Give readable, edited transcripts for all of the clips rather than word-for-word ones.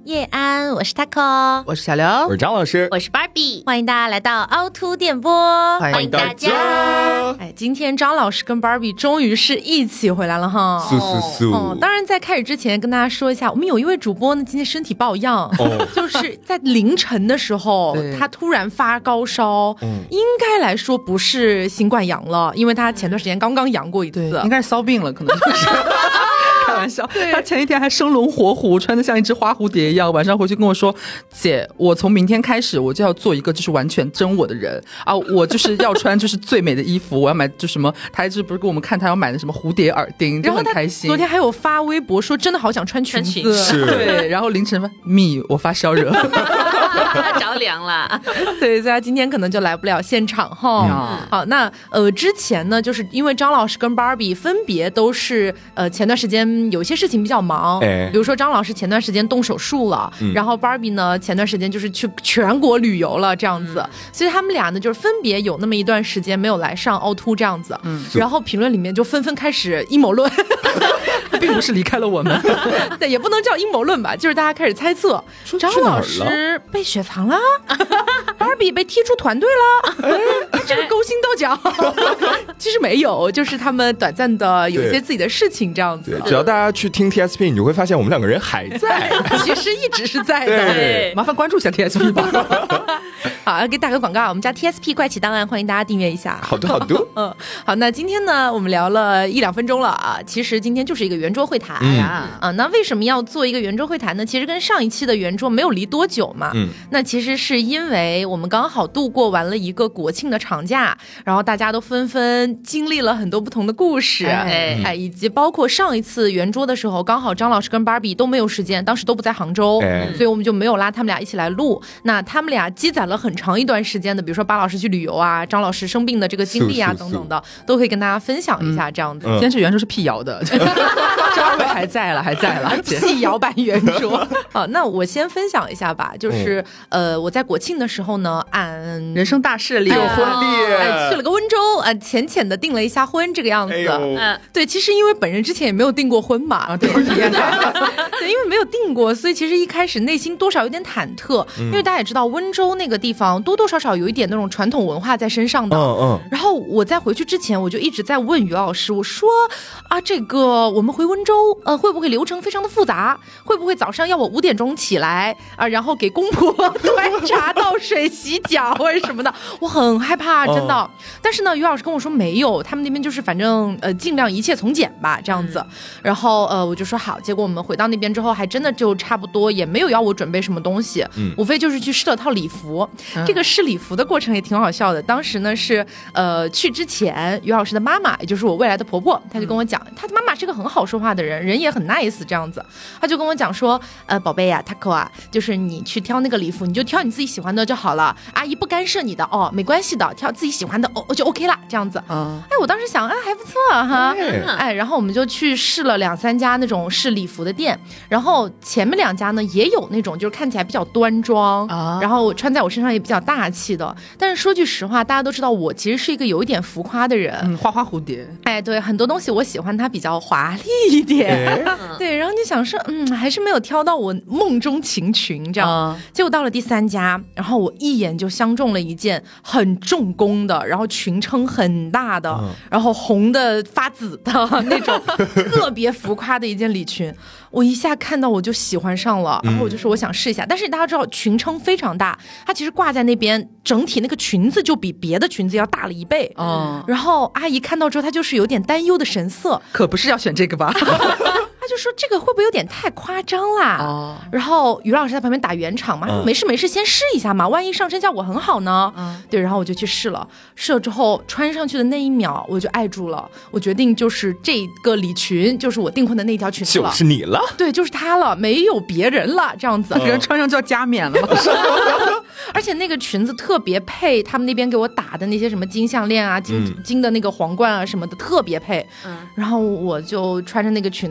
叶安，我是 Taco， 我是小刘， 我是张老师， 我是 Barbie， 欢迎大家来到凹凸电波， 欢迎大家。 哎，今天张老师跟 Barbie 终于是一起回来了哈。当然在开始之前跟大家说一下，我们有一位主播呢，今天身体抱恙，就是在凌晨的时候，他突然发高烧，应该来说不是新冠阳了，因为他前段时间刚刚阳过一次， 应该是骚病了，可能就是开玩笑，他前一天还生龙活虎，穿得像一只花蝴蝶一样，晚上回去跟我说，姐，我从明天开始我就要做一个就是完全真我的人啊，我就是要穿就是最美的衣服，我要买就什么，他一直不是给我们看他要买的什么蝴蝶耳钉，就很开心。 昨天还有发微博说真的好想穿裙子， 是， 对，然后凌晨我发烧热着凉了，对，所以他今天可能就来不了现场哈。好，那之前呢，就是因为张老师跟 Barbie 分别都是前段时间有些事情比较忙，比如说张老师前段时间动手术了，然后 Barbie 呢前段时间就是去全国旅游了这样子，所以他们俩呢就是分别有那么一段时间没有来上凹凸这样子，然后评论里面就纷纷开始阴谋论。 并不是离开了我们， 对，也不能叫阴谋论吧，就是大家开始猜测张老师被雪藏了，Barbie 被踢出团队了，这个勾心斗角。其实没有，就是他们短暂的有一些自己的事情这样子。 只要大家去听 TSP， 你就会发现我们两个人还在， 其实一直是在的。 对， 麻烦关注一下 TSP 吧。 好，给打个广告，我们家 TSP 怪奇档案，欢迎大家订阅一下。 好的，好的。 好，那今天呢，我们聊了1-2分钟了啊，其实今天就是一个圆桌会谈啊。那为什么要做一个圆桌会谈呢？其实跟上一期的圆桌没有离多久嘛。那其实是因为我们刚好度过完了一个国庆的长假，然后大家都纷纷经历了很多不同的故事，以及包括上一次圆桌的时候，刚好张老师跟 Barbie 都没有时间，当时都不在杭州，所以我们就没有拉他们俩一起来录。那他们俩积攒了很长一段时间的，比如说巴老师去旅游啊，张老师生病的这个经历啊等等的，都可以跟大家分享一下这样子。 今天是圆桌是辟谣的，这二位还在了， 辟谣版圆桌。好，那我先分享一下吧，就是我在国庆的时候呢，按人生大事里有婚礼， 去了个温州，浅浅的订了一下婚这个样子。对，其实因为本人之前也没有订过婚嘛， 对，体验感。 对，因为没有订过，所以其实一开始内心多少有点忐忑，因为大家也知道温州那个地方多多少少有一点那种传统文化在身上的。然后我在回去之前，我就一直在问于老师，我说啊，这个我们回温州，会不会流程非常的复杂？会不会早上要我5点钟起来啊，然后给公婆端茶倒水、洗脚或者什么的？我很害怕，真的。但是呢，于老师跟我说没有，他们那边就是反正尽量一切从简吧，这样子。然后我就说好，结果我们回到那边之后，还真的就差不多，也没有要我准备什么东西，无非就是去试了套礼服。这个试礼服的过程也挺好笑的。当时呢是去之前，于老师的妈妈，也就是我未来的婆婆，她就跟我讲，她的妈妈是个很好说话的人，人也很 nice 这样子。她就跟我讲说，宝贝呀，Taco 啊，就是你去挑那个礼服，你就挑你自己喜欢的就好了，阿姨不干涉你的哦，没关系的，挑自己喜欢的就 OK 了，这样子。我当时想，还不错哈，然后我们就去试了2-3家那种试礼服的店，然后前面2家呢也有那种就是看起来比较端庄，然后穿在我身上也比较大气的。但是说句实话，大家都知道我其实是一个有一点浮夸的人， 花花蝴蝶。 对，很多东西我喜欢它比较华丽一点。对，然后就想说，还是没有挑到我梦中情裙这样。结果到了第3家，然后我一眼就相中了一件很重工的，然后裙撑很大的，然后红的发紫的那种特别浮夸的一件礼裙。我一下看到我就喜欢上了，然后我就说我想试一下。但是大家知道裙撑非常大，它其实挂在那边，整体那个裙子就比别的裙子要大了1倍。然后阿姨看到之后，她就是有点担忧的神色， 可不是要选这个吧？ 他就说这个会不会有点太夸张啦？然后于老师在旁边打圆场嘛，没事没事，先试一下嘛，万一上身效果很好呢？对，然后我就去试了之后穿上去的那一秒，我就爱住了，我决定就是这个礼裙，就是我订婚的那条裙子了， 就是你了， 对，就是它了，没有别人了，这样子， 人穿上就要加冕了嘛。 而且那个裙子特别配他们那边给我打的那些什么金项链啊、金的那个皇冠啊什么的，特别配。然后我就穿着那个裙子嘛，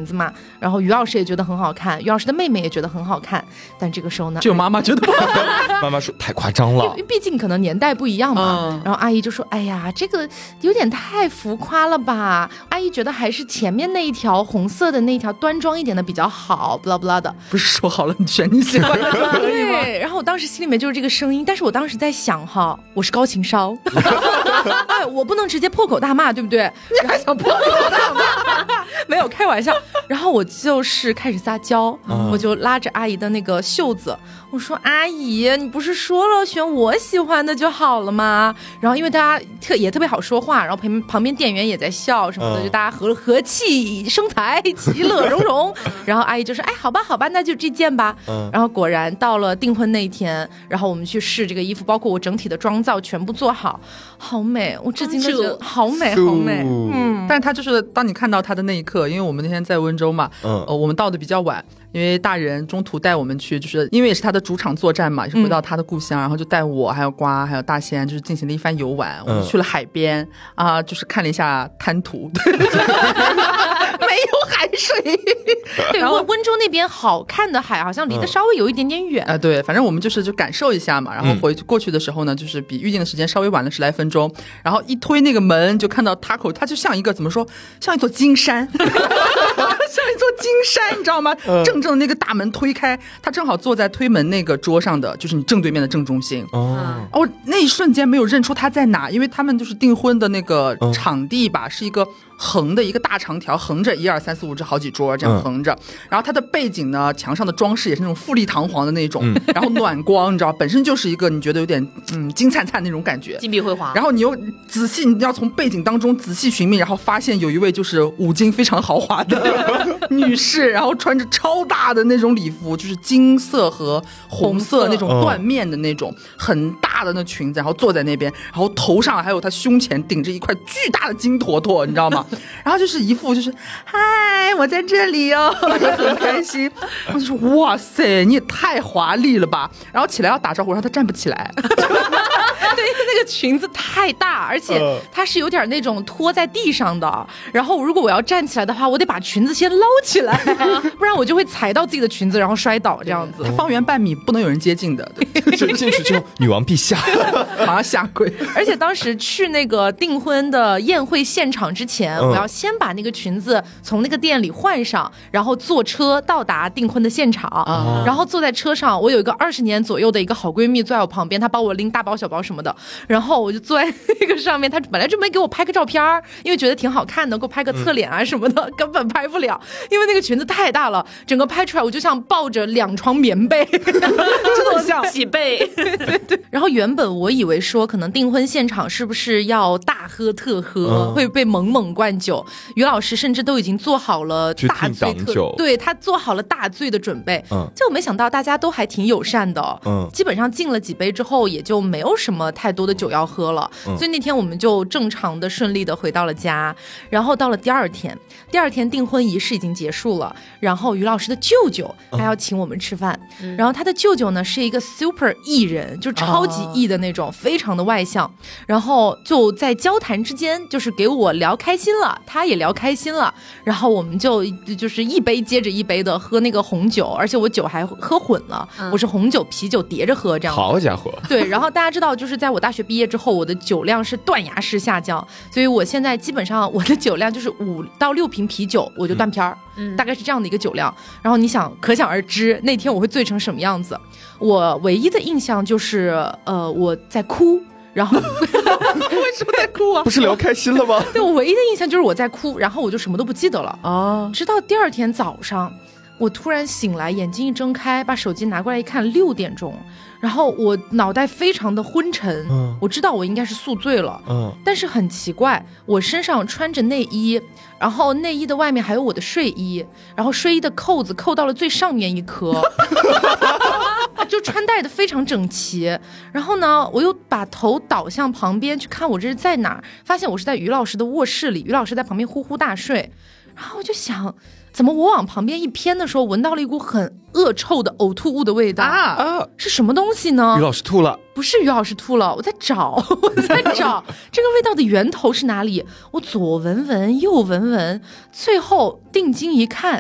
然后于老师也觉得很好看，于老师的妹妹也觉得很好看，但这个时候呢， 只有妈妈觉得不好看。 妈妈说太夸张了， 因为毕竟可能年代不一样嘛。然后阿姨就说：“哎呀，这个有点太浮夸了吧？”阿姨觉得还是前面那一条红色的那一条端庄一点的比较好，不啦不啦的。 不是说好了你选你喜欢的就可以吗？ 对，然后我当时心里面就是这个声音，但是我当时在想哈，我是高情商，哎，我不能直接破口大骂，对不对？ 你还想破口大骂？ 没有开玩笑。然后我就是开始撒娇，我就拉着阿姨的那个袖子，我说：“阿姨，你不是说了选我喜欢的就好了吗？”然后因为大家也特别好说话，然后旁边店员也在笑什么的，就大家和气生财，其乐融融。然后阿姨就说：“哎，好吧，好吧，那就这件吧。”然后果然到了订婚那一天，然后我们去试这个衣服，包括我整体的妆造全部做好，好美，我至今都觉得好美，好美。 但是他就是当你看到他的那一刻，因为我们那天在温州嘛，我们到的比较晚，因为大人中途带我们去，就是因为也是他的主场作战嘛，也是回到他的故乡，然后就带我还有瓜还有大仙，就是进行了一番游玩。我们去了海边啊，就是看了一下滩涂，没有海水。 对，然后温州那边好看的海好像离得稍微有一点点远啊。对，反正我们就感受一下嘛，然后过去的时候呢，就是比预定的时间稍微晚了10来分钟，然后一推那个门就看到Taco，它就像一个怎么说，像一座金山。像一座金山，你知道吗？正的那个大门推开，他正好坐在推门那个桌上的，就是你正对面的正中心。我那一瞬间没有认出他在哪，因为他们就是订婚的那个场地吧，是一个横的一个大长条，横着1、2、3、4、5这好几桌这样横着，然后它的背景呢，墙上的装饰也是那种富丽堂皇的那种，然后暖光，你知道，本身就是一个你觉得有点金灿灿那种感觉， 金碧辉煌。 然后你又仔细，你要从背景当中仔细寻觅，然后发现有一位就是五金非常豪华的女士，然后穿着超大的那种礼服，就是金色和红色那种缎面的那种很大的那裙子，然后坐在那边，然后头上还有她胸前顶着一块巨大的金坨坨，你知道吗？然后就是一副就是嗨，我在这里哦，很开心。我就说哇塞，你也太华丽了吧！然后起来要打招呼，然后她站不起来。 对，那个裙子太大，而且它是有点那种拖在地上的。然后如果我要站起来的话，我得把裙子先捞起来，不然我就会踩到自己的裙子，然后摔倒这样子。 方圆半米不能有人接近的， 进去就女王陛下， 马上下跪。 而且当时去那个订婚的宴会现场之前，我要先把那个裙子从那个店里换上，然后坐车到达订婚的现场。然后坐在车上，我有一个20年左右的一个好闺蜜坐在我旁边，她帮我拎大包小包什么的。然后我就坐在那个上面，她本来准备给我拍个照片，因为觉得挺好看的，给我拍个侧脸啊什么的，根本拍不了，因为那个裙子太大了，整个拍出来我就像抱着2床棉被，真的像起背。 对。然后原本我以为说可能订婚现场是不是要大喝特喝，会被猛灌酒，于老师甚至都已经做好了大醉对，他做好了大醉的准备。结果没想到大家都还挺友善的，基本上敬了几杯之后也就没有什么太多的酒要喝了，所以那天我们就正常的顺利的回到了家。然后到了第二天订婚仪式已经结束了，然后于老师的舅舅还要请我们吃饭，然后他的舅舅呢是一个 super 艺人，就超级艺的那种，非常的外向，然后就在交谈之间就是给我聊开心了，他也聊开心了，然后我们就是一杯接着一杯的喝那个红酒，而且我酒还喝混了，我是红酒啤酒叠着喝这样。 好家伙！ 对，然后大家知道就是在我大学毕业之后，我的酒量是断崖式下降，所以我现在基本上我的酒量就是5到6瓶啤酒我就断片儿，大概是这样的一个酒量。然后你可想而知那天我会醉成什么样子。我唯一的印象就是我在哭。然后为什么在哭啊？ 不是聊开心了吗？ 对，我唯一的印象就是我在哭，然后我就什么都不记得了。直到第二天早上，我突然醒来，眼睛一睁开，把手机拿过来一看，6点钟，然后我脑袋非常的昏沉，我知道我应该是宿醉了，但是很奇怪，我身上穿着内衣，然后内衣的外面还有我的睡衣，然后睡衣的扣子扣到了最上面一颗。就穿戴的非常整齐，然后呢，我又把头倒向旁边去看我这是在哪儿，发现我是在于老师的卧室里，于老师在旁边呼呼大睡，然后我就想，怎么我往旁边一偏的时候，闻到了一股很恶臭的呕吐物的味道是什么东西呢？ 于老师吐了？ 不是于老师吐了，我在找这个味道的源头是哪里，我左闻闻右闻闻，最后定睛一看，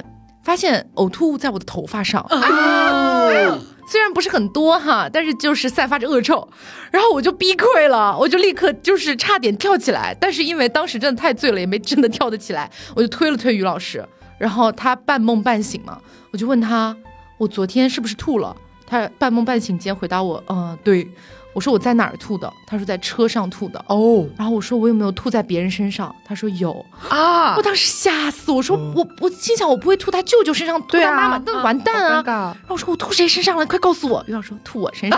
发现呕吐物在我的头发上。虽然不是很多哈，但是就是散发着恶臭，然后我就逼溃了，我就立刻就是差点跳起来，但是因为当时真的太醉了，也没真的跳得起来，我就推了推于老师，然后他半梦半醒嘛，我就问他，我昨天是不是吐了？他半梦半醒间回答我，对。我说我在哪儿吐的？他说在车上吐的。然后我说我有没有吐在别人身上？他说有啊。我当时吓死，我说我心想我不会吐他舅舅身上，吐他妈妈，那完蛋啊！然后我说我吐谁身上了？快告诉我。于老师说吐我身上。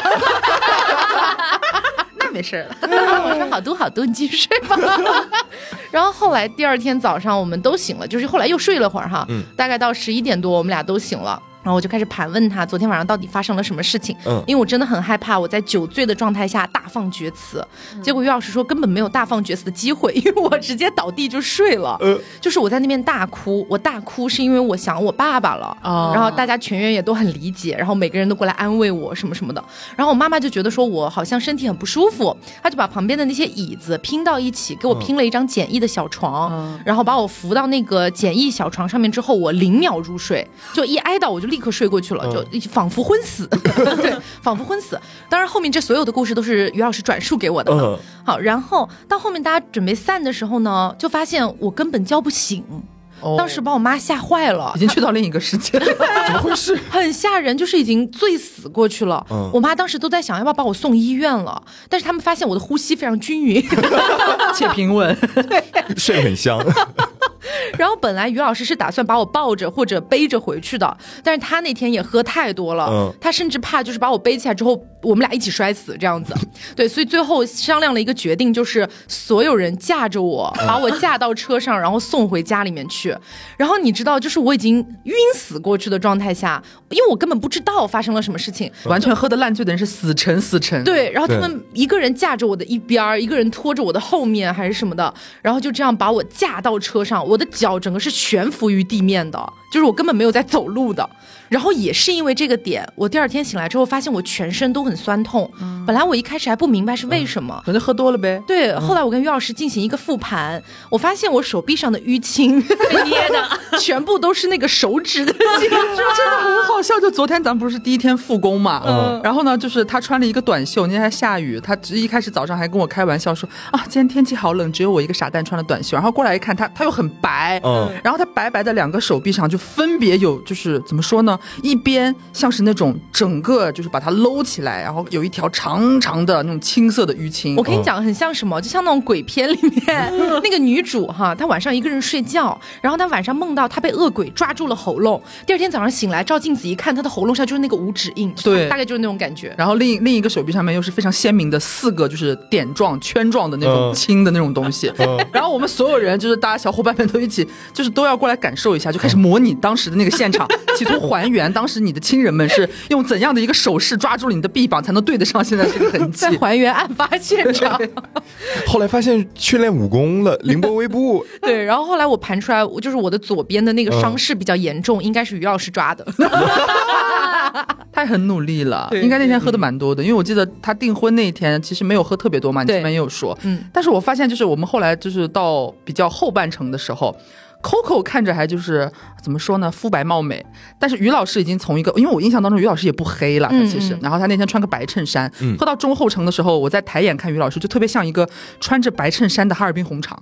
那没事了。 我说好嘟，你继续睡吧。然后后来第二天早上我们都醒了，就是后来又睡了会儿哈，大概到11点多我们俩都醒了。然后我就开始盘问他昨天晚上到底发生了什么事情，因为我真的很害怕我在酒醉的状态下大放厥词，结果于老师说根本没有大放厥词的机会，因为我直接倒地就睡了，就是我在那边大哭，我大哭是因为我想我爸爸了，然后大家全员也都很理解，然后每个人都过来安慰我什么什么的，然后我妈妈就觉得说我好像身体很不舒服，她就把旁边的那些椅子拼到一起，给我拼了一张简易的小床，然后把我扶到那个简易小床上面之后，我0秒入睡，就一挨到我就立刻睡过去了，就仿佛昏死。对，仿佛昏死。当然后面这所有的故事都是于老师转述给我的。好，然后到后面大家准备散的时候呢，就发现我根本叫不醒。当时把我妈吓坏了， 已经去到另一个世界了。 怎么回事？ 很吓人，就是已经醉死过去了。我妈当时都在想要不要把我送医院了，但是他们发现我的呼吸非常均匀且平稳， 对， 睡很香。 然后本来于老师是打算把我抱着或者背着回去的，但是他那天也喝太多了，他甚至怕就是把我背起来之后我们俩一起摔死这样子。对，所以最后商量了一个决定，就是所有人架着我，把我架到车上，然后送回家里面去。然后你知道，就是我已经晕死过去的状态下，因为我根本不知道发生了什么事情， 完全喝得烂醉的人是死沉。 对，然后他们一个人架着我的一边，一个人拖着我的后面还是什么的，然后就这样把我架到车上，我的脚整个是悬浮于地面的，就是我根本没有在走路的。然后也是因为这个点，我第二天醒来之后发现我全身都很酸痛，本来我一开始还不明白是为什么， 可能喝多了呗。 对，后来我跟于老师进行一个复盘，我发现我手臂上的淤青被捏的全部都是那个手指的形状， 真的很好笑。就昨天咱们不是第一天复工嘛，然后呢，就是他穿了一个短袖，那天还下雨，他一开始早上还跟我开玩笑说啊，今天天气好冷，只有我一个傻蛋穿了短袖。然后过来一看，他又很白，然后他白白的两个手臂上就分别有，就是怎么说呢，一边像是那种整个就是把它搂起来，然后有一条长长的那种青色的淤青。 我跟你讲很像什么，就像那种鬼片里面那个女主哈，她晚上一个人睡觉，然后她晚上梦到她被恶鬼抓住了喉咙，第二天早上醒来照镜子一看，她的喉咙上就是那个五指印，对，大概就是那种感觉。 然后另一个手臂上面又是非常鲜明的4个就是点状圈状的那种青的那种东西，然后我们所有人就是大家小伙伴们都一起就是都要过来感受一下，就开始模拟当时的那个现场，企图还原当时你的亲人们是用怎样的一个手势抓住了你的臂膀才能对得上现在这个痕迹， 在还原案发现场。 后来发现训练武功了，凌波微步。 对，然后后来我盘出来，就是我的左边的那个伤势比较严重，应该是于老师抓的。 他也很努力了，应该那天喝的蛮多的，因为我记得他订婚那一天其实没有喝特别多嘛，你前面也有说，但是我发现就是我们后来就是到比较后半程的时候，Coco 看着还就是怎么说呢，肤白貌美，但是于老师已经从一个，因为我印象当中于老师也不黑了，他其实，然后他那天穿个白衬衫，喝到中后程的时候，我在抬眼看于老师，就特别像一个穿着白衬衫的哈尔滨红肠。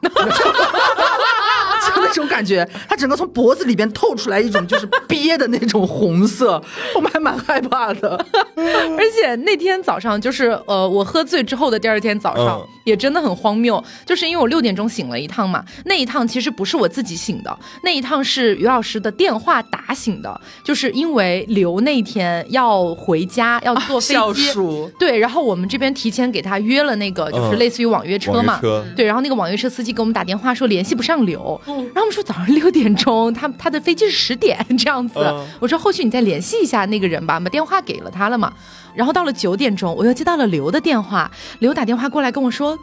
那种感觉，他整个从脖子里边透出来一种就是憋的那种红色，我们还蛮害怕的。 而且那天早上就是我喝醉之后的第二天早上，也真的很荒谬，就是因为我6点钟醒了一趟嘛，那一趟其实不是我自己醒的，那一趟是于老师的电话打醒的，就是因为刘那天要回家要坐飞机，对，然后我们这边提前给他约了那个就是类似于网约车嘛，对，然后那个网约车司机给我们打电话说联系不上刘，然后我们说早上6点钟，他的飞机是10点这样子，我说后续你再联系一下那个人吧，把电话给了他了嘛。 然后到了9点钟，我又接到了刘的电话，刘打电话过来跟我说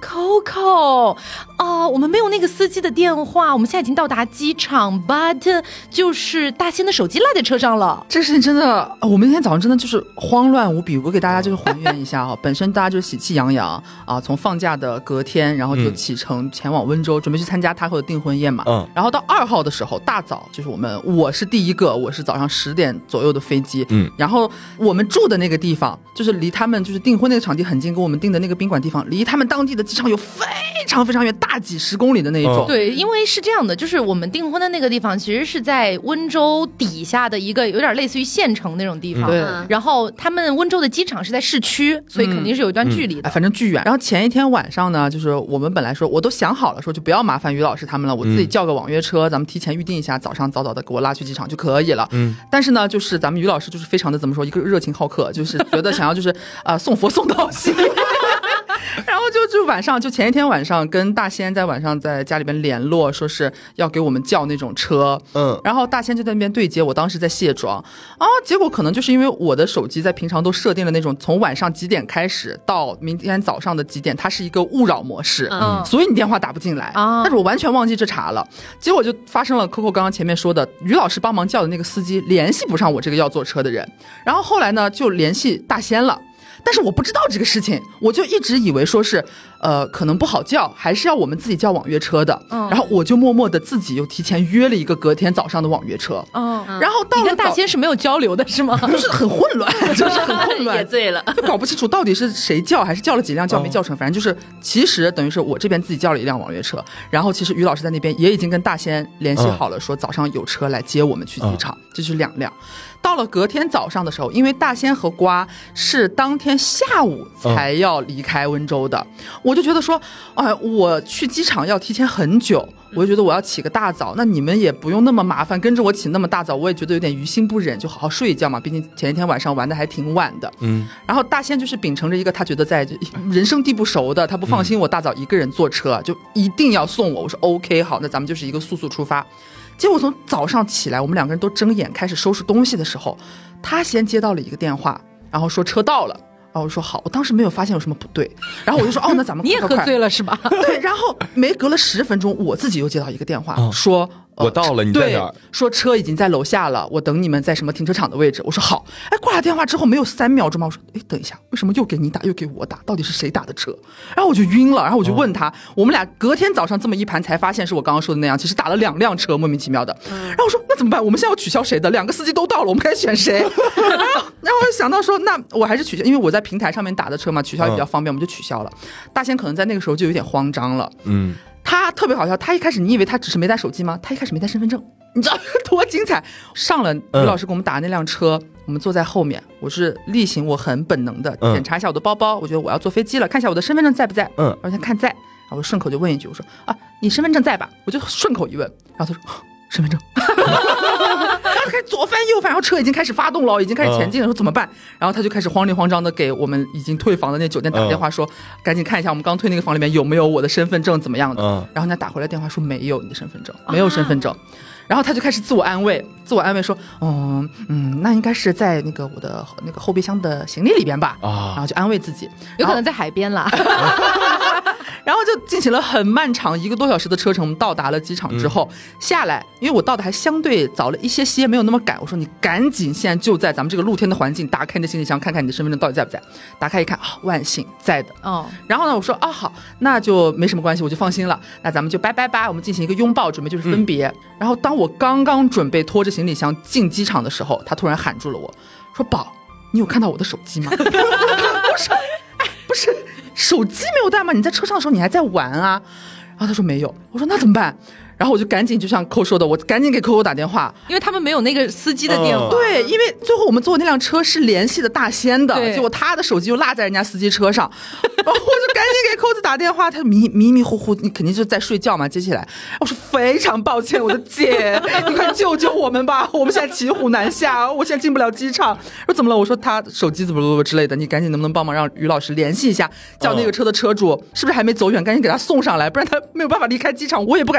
Coco，我们没有那个司机的电话，我们现在已经到达机场 ，but 就是大仙的手机落在车上了。 这个事情真的，我们那天早上真的就是慌乱无比。我给大家就是还原一下本身大家就是喜气洋洋啊，从放假的隔天，然后就启程前往温州，准备去参加他后的订婚宴嘛。然后到2号的时候，大早就是我是第一个，我是早上10点左右的飞机。然后我们住的那个地方，就是离他们就是订婚那个场地很近，跟我们订的那个宾馆地方，离他们当地的机场有非常非常远，大几10公里的那一种。 对，因为是这样的，就是我们订婚的那个地方其实是在温州底下的一个有点类似于县城那种地方。 对。 然后他们温州的机场是在市区，所以肯定是有一段距离的。 反正巨远。然后前一天晚上呢，就是我们本来说我都想好了，说就不要麻烦于老师他们了，我自己叫个网约车，咱们提前预定一下，早上早早的给我拉去机场就可以了。但是呢，就是咱们于老师就是非常的怎么说，一个热情好客，就是觉得想要就是送佛送到西。然后就晚上，就前一天晚上跟大仙在晚上在家里边联络，说是要给我们叫那种车。然后大仙就在那边对接，我当时在卸妆结果可能就是因为我的手机在平常都设定了那种从晚上几点开始到明天早上的几点，它是一个勿扰模式，所以你电话打不进来。但是我完全忘记这茬了，结果就发生了 Coco 刚刚前面说的，于老师帮忙叫的那个司机联系不上我这个要坐车的人，然后后来呢就联系大仙了。但是我不知道这个事情，我就一直以为说是可能不好叫，还是要我们自己叫网约车的。然后我就默默的自己又提前约了一个隔天早上的网约车。然后到了你跟大仙是没有交流的是吗？ 就是很混乱，就是很混乱， 也醉了， 就搞不清楚到底是谁叫，还是叫了几辆叫没叫成。反正就是其实等于是我这边自己叫了一辆网约车，然后其实于老师在那边也已经跟大仙联系好了，说早上有车来接我们去机场，这是2辆。到了隔天早上的时候，因为大仙和瓜是当天下午才要离开温州的，我就觉得说我去机场要提前很久，我就觉得我要起个大早，那你们也不用那么麻烦跟着我起那么大早，我也觉得有点于心不忍，就好好睡一觉嘛，毕竟前一天晚上玩的还挺晚的。然后大仙就是秉承着一个他觉得在人生地不熟的，他不放心我大早一个人坐车，就一定要送我。我说 OK 好，那咱们就是一个速出发。结果从早上起来，我们2个人都睁眼开始收拾东西的时候，他先接到了一个电话，然后说车到了。然后我说好，我当时没有发现有什么不对，然后我就说那咱们你也喝醉了是吧？ 对，然后没隔了10分钟，我自己又接到一个电话，说我到了，你在哪儿？ 说车已经在楼下了，我等你们在什么停车场的位置。我说好。挂了电话之后没有3秒钟嘛，我说等一下，为什么又给你打又给我打？到底是谁打的车？然后我就晕了，然后我就问他，我们俩隔天早上这么一盘才发现是我刚刚说的那样，其实打了2辆车，莫名其妙的。然后我说那怎么办？我们现在要取消谁的？2个司机都到了，我们该选谁？然后我就想到说，那我还是取消，因为我在平台上面打的车嘛，取消也比较方便，我们就取消了。大仙可能在那个时候就有点慌张了。他特别好笑，他一开始你以为他只是没带手机吗？他一开始没带身份证，你知道多精彩？上了于老师给我们打那辆车，我们坐在后面，我是例行我很本能的检查一下我的包包，我觉得我要坐飞机了，看一下我的身份证在不在。我先看在，然后我顺口就问一句，我说你身份证在吧？我就顺口一问，然后他说身份证。然后开始左翻右翻，然后车已经开始发动了，已经开始前进了，说怎么办？然后他就开始慌里慌张的给我们已经退房的那酒店打电话说，赶紧看一下我们刚退那个房里面有没有我的身份证怎么样的。然后人家打回来电话说没有你的身份证，没有身份证。然后他就开始自我安慰说那应该是在那个我的那个后备箱的行李里边吧。然后就安慰自己， 有可能在海边啦。 然后就进行了很漫长1个多小时的车程，我们到达了机场之后下来，因为我到的还相对早了一些，没有那么赶，我说你赶紧现在就在咱们这个露天的环境打开你的行李箱，看看你的身份证到底在不在。打开一看万幸在的。然后呢我说好，那就没什么关系，我就放心了，那咱们就拜拜吧，我们进行一个拥抱，准备就是分别。然后当我刚刚准备拖着行李箱进机场的时候，他突然喊住了我说宝，你有看到我的手机吗？我说不是手机没有带吗？你在车上的时候你还在玩啊？然后他说没有。我说那怎么办？然后我就赶紧就像扣说的，我赶紧给 Coco 打电话， 因为他们没有那个司机的电话。 对，因为最后我们坐的那辆车是联系的大仙的，结果他的手机又落在人家司机车上，然后我就赶紧给扣子打电话，他迷迷糊糊，你肯定就在睡觉嘛，接起来，我说非常抱歉，我的姐，你快救救我们吧，我们现在骑虎难下，我现在进不了机场。说怎么了？我说他手机怎么之类的，你赶紧能不能帮忙让于老师联系一下，叫那个车的车主是不是还没走远，赶紧给他送上来，不然他没有办法离开机场，我也不敢进去。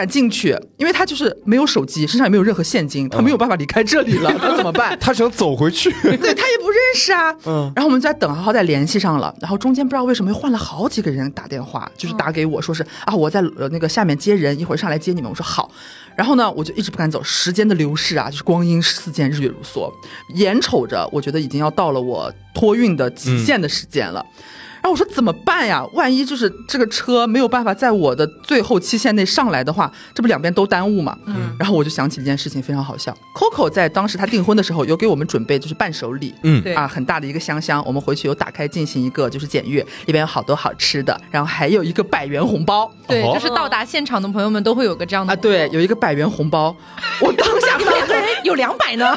去，因为他就是没有手机，身上也没有任何现金，他没有办法离开这里了，他怎么办？ 他想走回去， 对，他也不认识啊。然后我们就在等，好歹联系上了，然后中间不知道为什么又换了好几个人打电话，就是打给我说是啊，我在那个下面接人，一会儿上来接你们。我说好。然后呢，我就一直不敢走，时间的流逝啊，就是光阴似箭，日月如梭，眼瞅着我觉得已经要到了我托运的极限的时间了。然后我说怎么办呀？万一就是这个车没有办法在我的最后期限内上来的话，这不两边都耽误嘛？然后我就想起一件事情，非常好笑。Coco 在当时他订婚的时候，有给我们准备就是伴手礼，很大的一个箱，我们回去有打开进行一个就是检阅，里边有好多好吃的，然后还有一个100元红包。 对，就是到达现场的朋友们都会有个这样的啊，对，有一个100元红包。我当下每个人有200呢。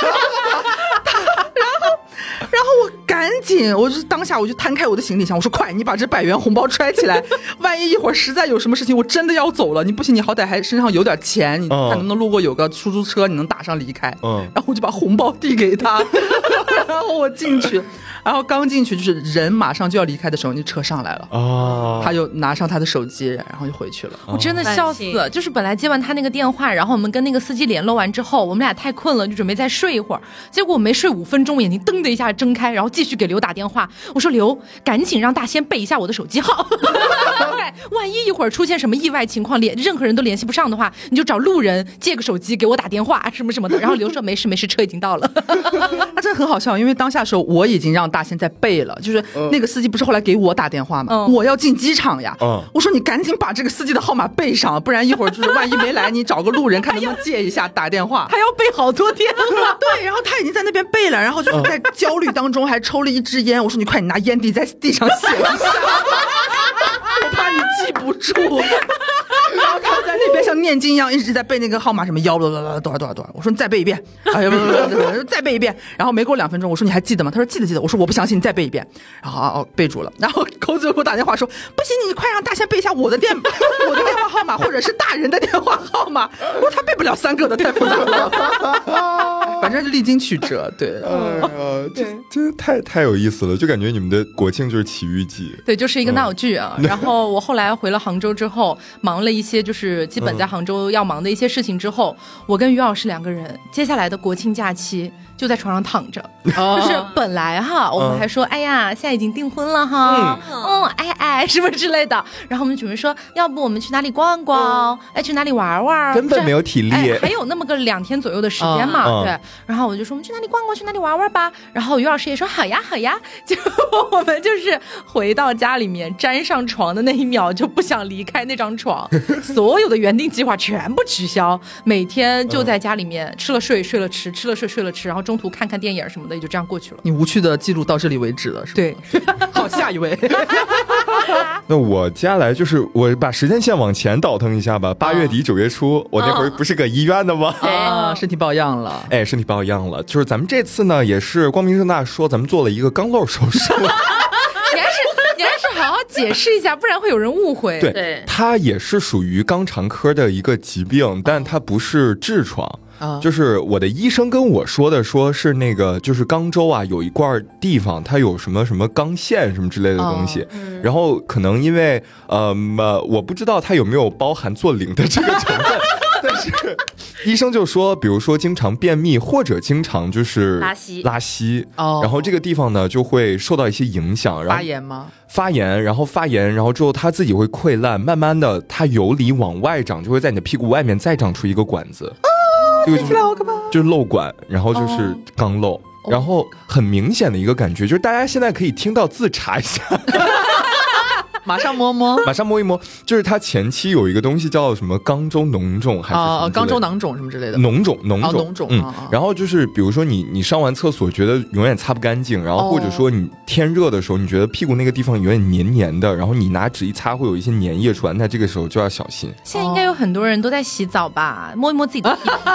然后我赶紧，我就当下我就摊开我的行李箱，我说快，你把这100元红包揣起来，万一一会儿实在有什么事情，我真的要走了，你不行，你好歹还身上有点钱，你看能不能路过有个出租车，你能打上离开。然后我就把红包递给他，然后我进去，然后刚进去就是人马上就要离开的时候，那车上来了，他就拿上他的手机，然后就回去了。 我真的笑死了，就是本来接完他那个电话，然后我们跟那个司机联络完之后，我们俩太困了，就准备再睡一会儿，结果我没睡5分钟，我眼睛噔的一下睁开，然后继续给刘打电话，我说刘，赶紧让大仙背一下我的手机号，万一一会儿出现什么意外情况，任何人都联系不上的话，你就找路人借个手机给我打电话什么什么的。然后刘说没事没事，车已经到了。 他真的很好笑，因为当下的时候我已经让大仙在背了，就是那个司机不是后来给我打电话吗？我要进机场呀，我说你赶紧把这个司机的号码背上，不然一会儿就是万一没来，你找个路人看能不能借一下打电话， 还要背好多天。 对，然后他已经在那边背了，然后就是在焦虑当中还抽了一支烟，我说你快，你拿烟蒂在地上写一下，我怕你记不住。然后他在那边像念经一样一直在背那个号码，什么1多少，我说你再背一遍，哎呀再背一遍。然后没过2分钟，我说你还记得吗？他说记得。我说我不相信，你再背一遍。然后背住了。然后口子给我打电话说不行，你快让大仙背一下我的电话号码，或者是大人的电话号码。我说他背不了3个的，太复杂了。反正是历经曲折，对。 这太有意思了，就感觉你们的国庆就是奇遇记。 对，就是一个闹剧啊。然后我后来回了杭州之后，忙了一些就是基本在杭州要忙的一些事情之后，我跟于老师2个人接下来的国庆假期就在床上躺着，就是本来哈我们还说哎呀现在已经订婚了哈，哎什么之类的，然后我们准备说要不我们去哪里逛逛，去哪里玩玩， 根本没有体力， 还有那么个2天左右的时间嘛，对，然后我就说我们去哪里逛逛，去哪里玩玩吧，然后于老师也说好呀，结果我们就是回到家里面沾上床的那一秒就不想离开那张床，所有的原定计划全部取消，每天就在家里面吃了睡，睡了吃，吃了睡，睡了吃，然后中途看看电影什么的，也就这样过去了。 你无趣的记录到这里为止了，是吧？ 对， 好，下一位。 那我接下来就是我把时间线往前倒腾一下吧。8月底9月初，我那会儿不是搁医院的吗？ 身体抱恙了。 身体抱恙了。就是咱们这次呢，也是光明正大说，咱们做了一个肛瘘手术。 你还是好好解释一下，不然会有人误会。 对，它也是属于肛肠科的一个疾病，但它不是痔疮。就是我的医生跟我说的，说是那个就是肛周啊有一块地方它有什么什么肛腺什么之类的东西，然后可能因为我不知道它有没有包含做零的这个成分。但是医生就说比如说经常便秘或者经常就是拉稀，然后这个地方呢就会受到一些影响，然后发炎吗？ 发炎，然后之后它自己会溃烂，慢慢的它由里往外长，就会在你的屁股外面再长出一个管子，就是漏管，然后就是肛瘘，然后很明显的一个感觉就是大家现在可以听到自查一下。 马上摸一摸，就是它前期有一个东西叫什么肛周脓肿还是什么肛周囊肿什么之类的， 脓肿，然后就是比如说你上完厕所觉得永远擦不干净，然后或者说你天热的时候你觉得屁股那个地方有点黏黏的，然后你拿纸一擦会有一些粘液出来，那这个时候就要小心。 现在应该有很多人都在洗澡吧，摸一摸自己的屁股。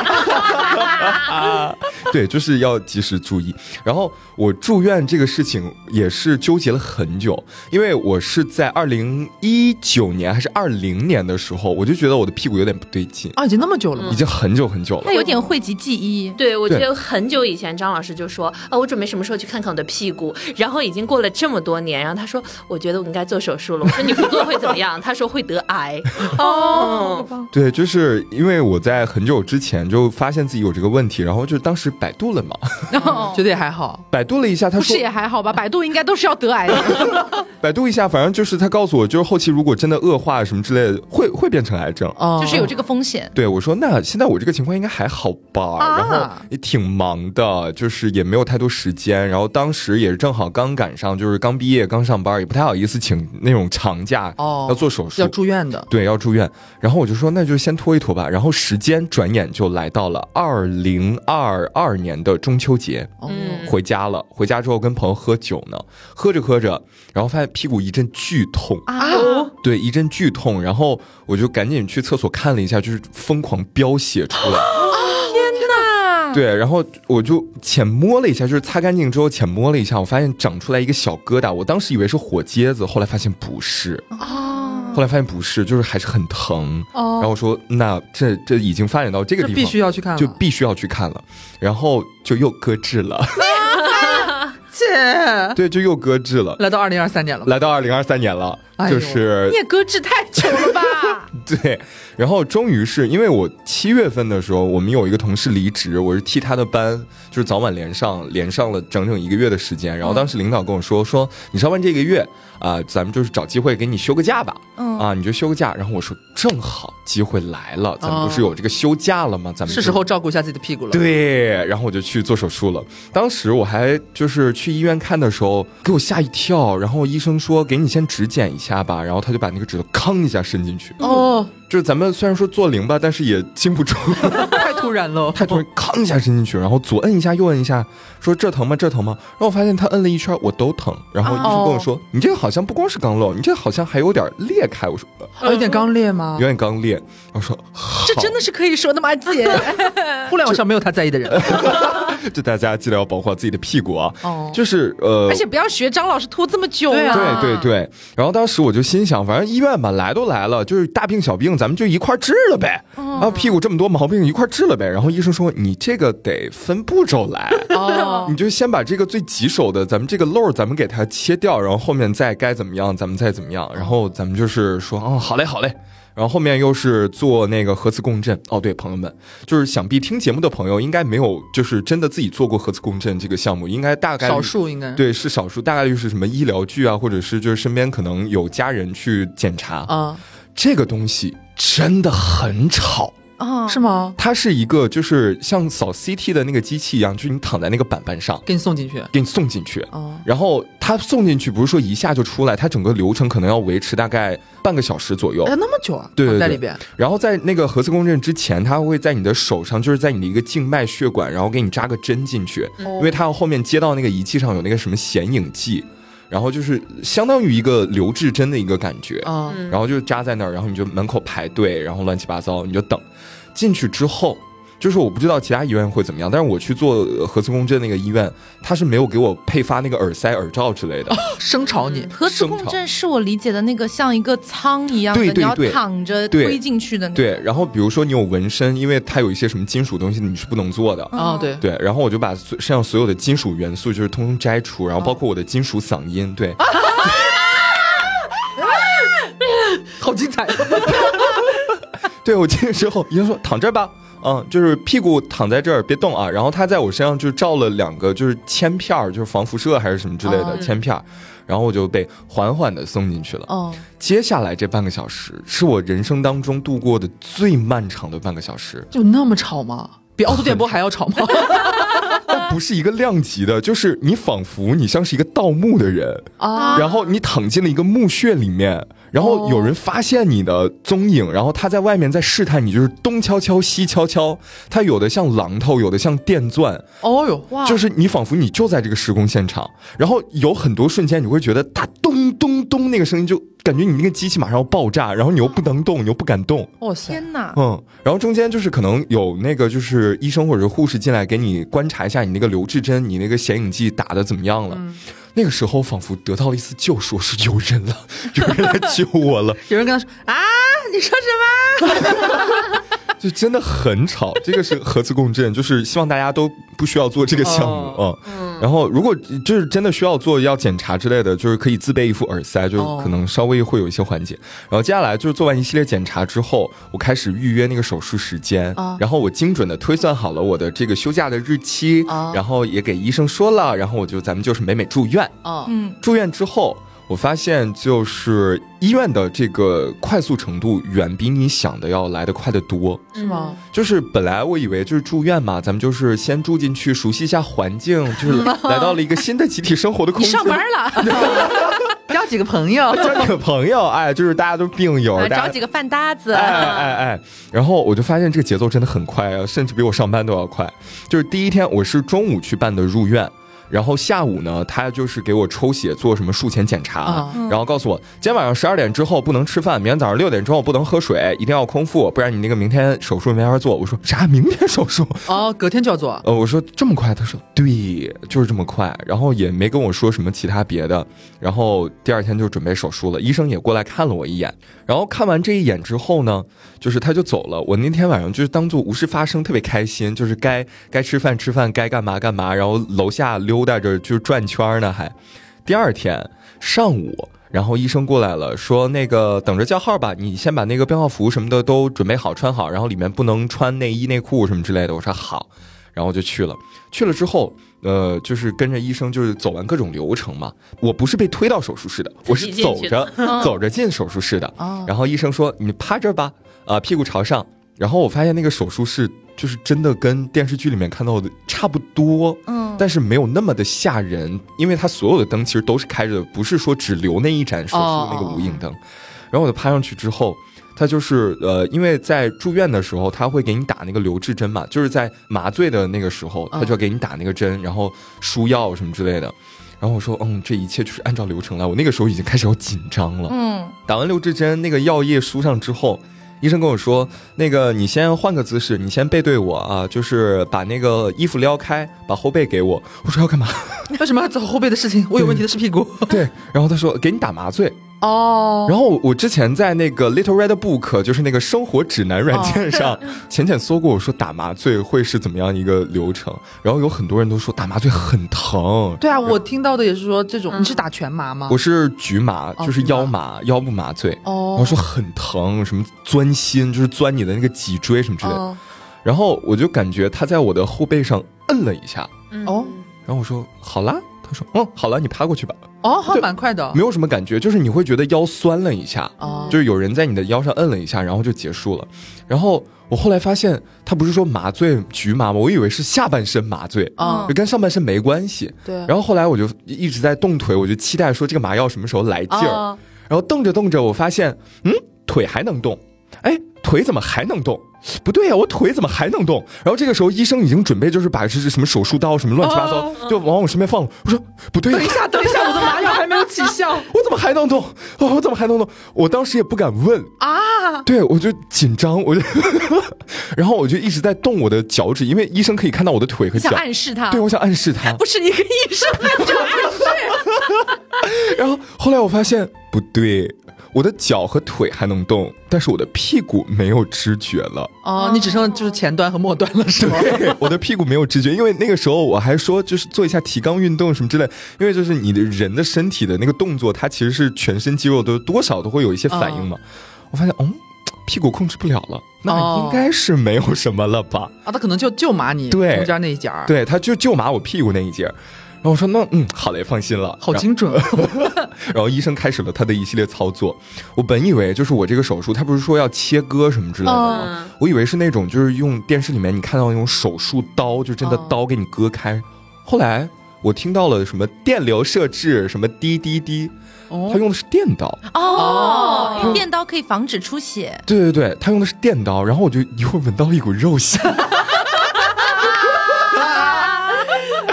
对，就是要及时注意。然后我住院这个事情也是纠结了很久，因为我是在 2019年还是20年的时候，我就觉得我的屁股有点不对劲啊，已经那么久了吗？ 已经很久很久了。 那有点讳疾忌医。 对，我觉得很久以前张老师就说，我准备什么时候去看看我的屁股，然后已经过了这么多年，然后他说，我觉得我应该做手术了。我说你不做会怎么样？他说会得癌。 对，就是因为我在很久之前就发现自己有这个问题，然后就当时百度了嘛， 觉得也还好。 百度了一下，他说不是也还好吧，百度应该都是要得癌的。 百度一下，反正就是他告诉我，就是后期如果真的恶化什么之类的，会变成癌症， 就是有这个风险。 对，我说那现在我这个情况应该还好吧，然后也挺忙的，就是也没有太多时间，然后当时也是正好刚赶上，就是刚毕业刚上班，也不太好意思请那种长假，要做手术， 要住院的， 对，要住院。然后我就说那就先拖一拖吧，然后时间转眼就来到了2022年的中秋节，回家了，回家之后跟朋友喝酒呢，喝着喝着，然后发现屁股一阵剧痛对，一阵剧痛，然后我就赶紧去厕所看了一下，就是疯狂飙血出来。 天哪！ 对，然后我就浅摸了一下，就是擦干净之后浅摸了一下，我发现长出来一个小疙瘩，我当时以为是火疖子，后来发现不是后来发现不是，就是还是很疼然后我说那这已经发展到这个地方， 必须要去看了， 就必须要去看了，然后就又搁置了。对，就又搁置了， 来到2023年了， 来到2023年了，就是你也搁置太久了吧？ 对，然后终于是因为我7月份的时候，我们有一个同事离职，我是替他的班，就是早晚连上了整整1个月的时间。然后当时领导跟我说你上班这个月咱们就是找机会给你休个假吧，你就休个假。然后我说正好机会来了，咱们不是有这个休假了吗？咱们是时候照顾一下自己的屁股了。 对，然后我就去做手术了。当时我还就是去医院看的时候，给我吓一跳。然后医生说给你先指检一下吧，然后他就把那个指头吭一下伸进去。就是咱们虽然说做零吧，但是也经不住， 太突然了， 太突然，吭一下伸进去，然后左摁一下右摁一下，说这疼吗？这疼吗？然后我发现他摁了一圈，我都疼。然后医生跟我说，你这个好像不光是刚漏，你这个好像还有点裂开。我说有点刚裂吗？ 有点刚裂。我说这真的是可以说的吗，姐？ 互联网上没有他在意的人。 就大家记得要保护好自己的屁股啊，就是而且不要学张老师拖这么久啊。对。然后当时我就心想，反正医院吧来都来了，就是大病小病咱们就一块治了呗。然后屁股这么多毛病一块治了呗。然后医生说你这个得分步骤来，你就先把这个最棘手的咱们这个漏咱们给它切掉，然后后面再该怎么样咱们再怎么样。然后咱们就是说好嘞。然后后面又是做那个核磁共振。对，朋友们，就是想必听节目的朋友应该没有就是真的自己做过核磁共振这个项目，应该大概少数，应该对是少数，大概率是什么医疗剧啊，或者是就是身边可能有家人去检查这个东西真的很吵。 是吗？ 它是一个就是像扫 CT 的那个机器一样，就是你躺在那个板板上， 给你送进去然后它送进去不是说一下就出来，它整个流程可能要维持大概半个小时左右。 那么久啊？ 对， 在里边。 然后在那个核磁共振之前，它会在你的手上，就是在你的一个静脉血管，然后给你扎个针进去，因为它要后面接到那个仪器上有那个什么显影剂。然后就是相当于一个留置针的一个感觉然后就扎在那儿，然后你就门口排队，然后乱七八糟你就等。进去之后就是我不知道其他医院会怎么样，但是我去做核磁共振那个医院，他是没有给我配发那个耳塞耳罩之类的。 生吵你。 核磁共振是我理解的那个像一个舱一样的，你要躺着推进去的那个。 对，然后比如说你有纹身，因为它有一些什么金属东西你是不能做的对，然后我就把身上所有的金属元素就是通通摘除，然后包括我的金属嗓音。对好精彩。 对，我进去之后医生说躺这儿吧，就是屁股躺在这儿别动啊。然后他在我身上就照了2个就是铅片，就是防辐射还是什么之类的铅片，然后我就被缓缓的送进去了。接下来这半个小时是我人生当中度过的最漫长的半个小时。 有那么吵吗？比凹凸电波还要吵吗？ 但不是一个量级的，就是你仿佛你像是一个盗墓的人然后你躺进了一个墓穴里面，然后有人发现你的踪影，然后他在外面在试探你，就是东敲敲西敲敲，他有的像榔头，有的像电钻。就是你仿佛你就在这个施工现场，然后有很多瞬间你会觉得他咚咚咚那个声音，就感觉你那个机器马上要爆炸，然后你又不能动，你又不敢动。 天哪！ 然后中间就是可能有那个就是医生或者护士进来给你观察一下你那个留置针，你那个显影剂打的怎么样了。 那个时候仿佛得到了一丝救赎，是有人了，有人来救我了。 有人跟他说啊，你说什么？ 就真的很吵，这个是核磁共振，就是希望大家都不需要做这个项目然后如果就是真的需要做要检查之类的，就是可以自备一副耳塞，就可能稍微会有一些缓解。然后接下来就是做完一系列检查之后，我开始预约那个手术时间，然后我精准的推算好了我的这个休假的日期，然后也给医生说了，然后咱们就是美美住院。住院之后我发现就是医院的这个快速程度远比你想的要来得快得多。 是吗？ 就是本来我以为就是住院嘛，咱们就是先住进去熟悉一下环境，就是来到了一个新的集体生活的空间。 你上班了交几个朋友， 交几个朋友，哎，就是大家都病友， 找几个饭搭子， 然后我就发现这个节奏真的很快啊，甚至比我上班都要快。就是第一天我是中午去办的入院，然后下午呢，他就是给我抽血做什么术前检查，然后告诉我今天晚上12点之后不能吃饭，明天早上6点之后不能喝水，一定要空腹，不然你那个明天手术没法做。我说啥？明天手术？ 隔天就要做？ 我说这么快？他说对，就是这么快。然后也没跟我说什么其他别的。然后第二天就准备手术了，医生也过来看了我一眼。然后看完这一眼之后呢，就是他就走了。我那天晚上就是当做无事发生，特别开心，就是该吃饭吃饭，该干嘛干嘛，然后楼下溜达着就转圈呢。还第二天上午，然后医生过来了，说那个等着叫号吧，你先把那个编号服什么的都准备好穿好，然后里面不能穿内衣内裤什么之类的。我说好，然后我就去了之后就是跟着医生就是走完各种流程嘛。我不是被推到手术室的，我是走着进手术室的。然后医生说你趴这吧，屁股朝上。然后我发现那个手术室就是真的跟电视剧里面看到的差不多，但是没有那么的吓人，因为它所有的灯其实都是开着的，不是说只留那一盏手术的那个无影灯。然后我就趴上去之后，他就是因为在住院的时候他会给你打那个留置针嘛，就是在麻醉的那个时候他就要给你打那个针，然后输药什么之类的。然后我说这一切就是按照流程来。我那个时候已经开始要紧张了。打完留置针，那个药液输上之后，医生跟我说，那个你先换个姿势，你先背对我啊，就是把那个衣服撩开，把后背给我。我说要干嘛？ 为什么要找后背的事情？我有问题的是屁股。 对，然后他说给你打麻醉。然后我之前在那个 Little Red Book， 就是那个生活指南软件上浅搜过，我说打麻醉会是怎么样一个流程，然后有很多人都说打麻醉很疼。 对啊，我听到的也是说这种。你是打全麻吗？ 我是局麻，就是腰麻，腰部麻醉。然后说很疼，什么钻心，就是钻你的那个脊椎什么之类的。然后我就感觉他在我的后背上摁了一下。然后我说好啦，他说好了，你趴过去吧。 还蛮快的， 没有什么感觉，就是你会觉得腰酸了一下，就是有人在你的腰上摁了一下，然后就结束了。然后我后来发现，他不是说麻醉局麻吗？我以为是下半身麻醉，就跟上半身没关系。 对。 然后后来我就一直在动腿，我就期待说这个麻药什么时候来劲儿。然后动着动着，我发现，腿还能动，腿怎么还能动？不对呀，我腿怎么还能动？然后这个时候医生已经准备就是把这是什么手术刀什么乱七八糟就往我身边放了。我说不对呀， 等一下，我的麻药还没有起效， 我怎么还能动？我怎么还能动？我当时也不敢问啊，对，我就紧张，然后我就一直在动我的脚趾，因为医生可以看到我的腿和脚。 想暗示他？ 对，我想暗示他。 不是一个医生就暗示。 然后后来我发现不对。我的脚和腿还能动，但是我的屁股没有知觉了。 你只剩就是前端和末端了，是吗？ 对，我的屁股没有知觉，因为那个时候我还说就是做一下提肛运动什么之类，因为就是你的人的身体的那个动作，它其实是全身肌肉都多少都会有一些反应嘛。我发现屁股控制不了了，那应该是没有什么了吧？ 他可能就麻你中间那一节， 对，他就麻我屁股那一节。然后我说那好嘞，放心了， 好精准。 然后医生开始了他的一系列操作。我本以为就是我这个手术，他不是说要切割什么之类的吗？我以为是那种就是用电视里面你看到那种手术刀，就真的刀给你割开。后来我听到了什么电流设置，什么滴滴滴，他用的是电刀。 因为电刀可以防止出血。 对对对，他用的是电刀，然后我就一会儿闻到了一股肉香。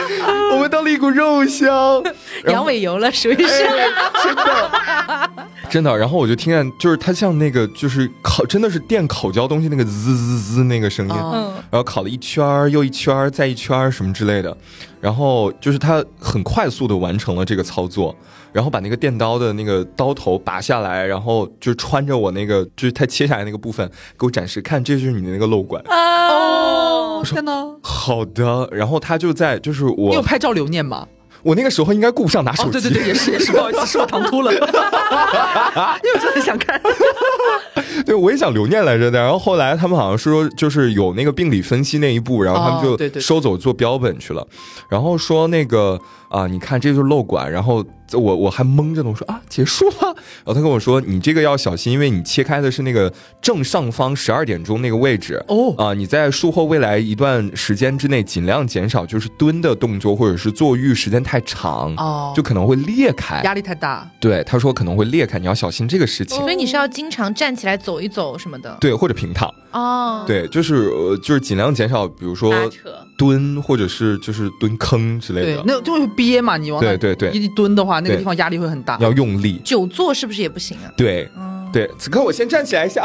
我闻到了一股肉香， 羊尾油了，属于是真的真的。然后我就听见，就是它像那个就是真的是电烤焦东西那个滋滋滋那个声音，然后烤了一圈又一圈再一圈什么之类的，然后就是它很快速的完成了这个操作，然后把那个电刀的那个刀头拔下来，然后就穿着我那个就是它切下来那个部分给我展示，看这就是你的那个漏管。 哦，天哪！ 好的，然后他就在就是我， 你有拍照留念吗？ 我那个时候应该顾不上拿手机。 对对对，也是，不好意思，是我唐突了，因为我真的很想看。 对，我也想留念来着的。然后后来他们好像说，就是有那个病理分析那一步，然后他们就收走做标本去了。然后说那个你看这就是漏管。然后我还懵着呢，我说结束了。然后他跟我说，你这个要小心，因为你切开的是那个正上方12点钟那个位置。你在术后未来一段时间之内，尽量减少就是蹲的动作，或者是坐浴时间太长，就可能会裂开， 压力太大。 对，他说可能会裂开，你要小心这个事情。 所以你是要经常站起来走一走什么的。 对，或者平躺。对，就是尽量减少，比如说蹲，或者是就是蹲坑之类的。 对，那就会憋嘛，你往那对一蹲的话，那个地方压力会很大， 要用力。 久坐是不是也不行啊？ 对，对，此刻我先站起来一下。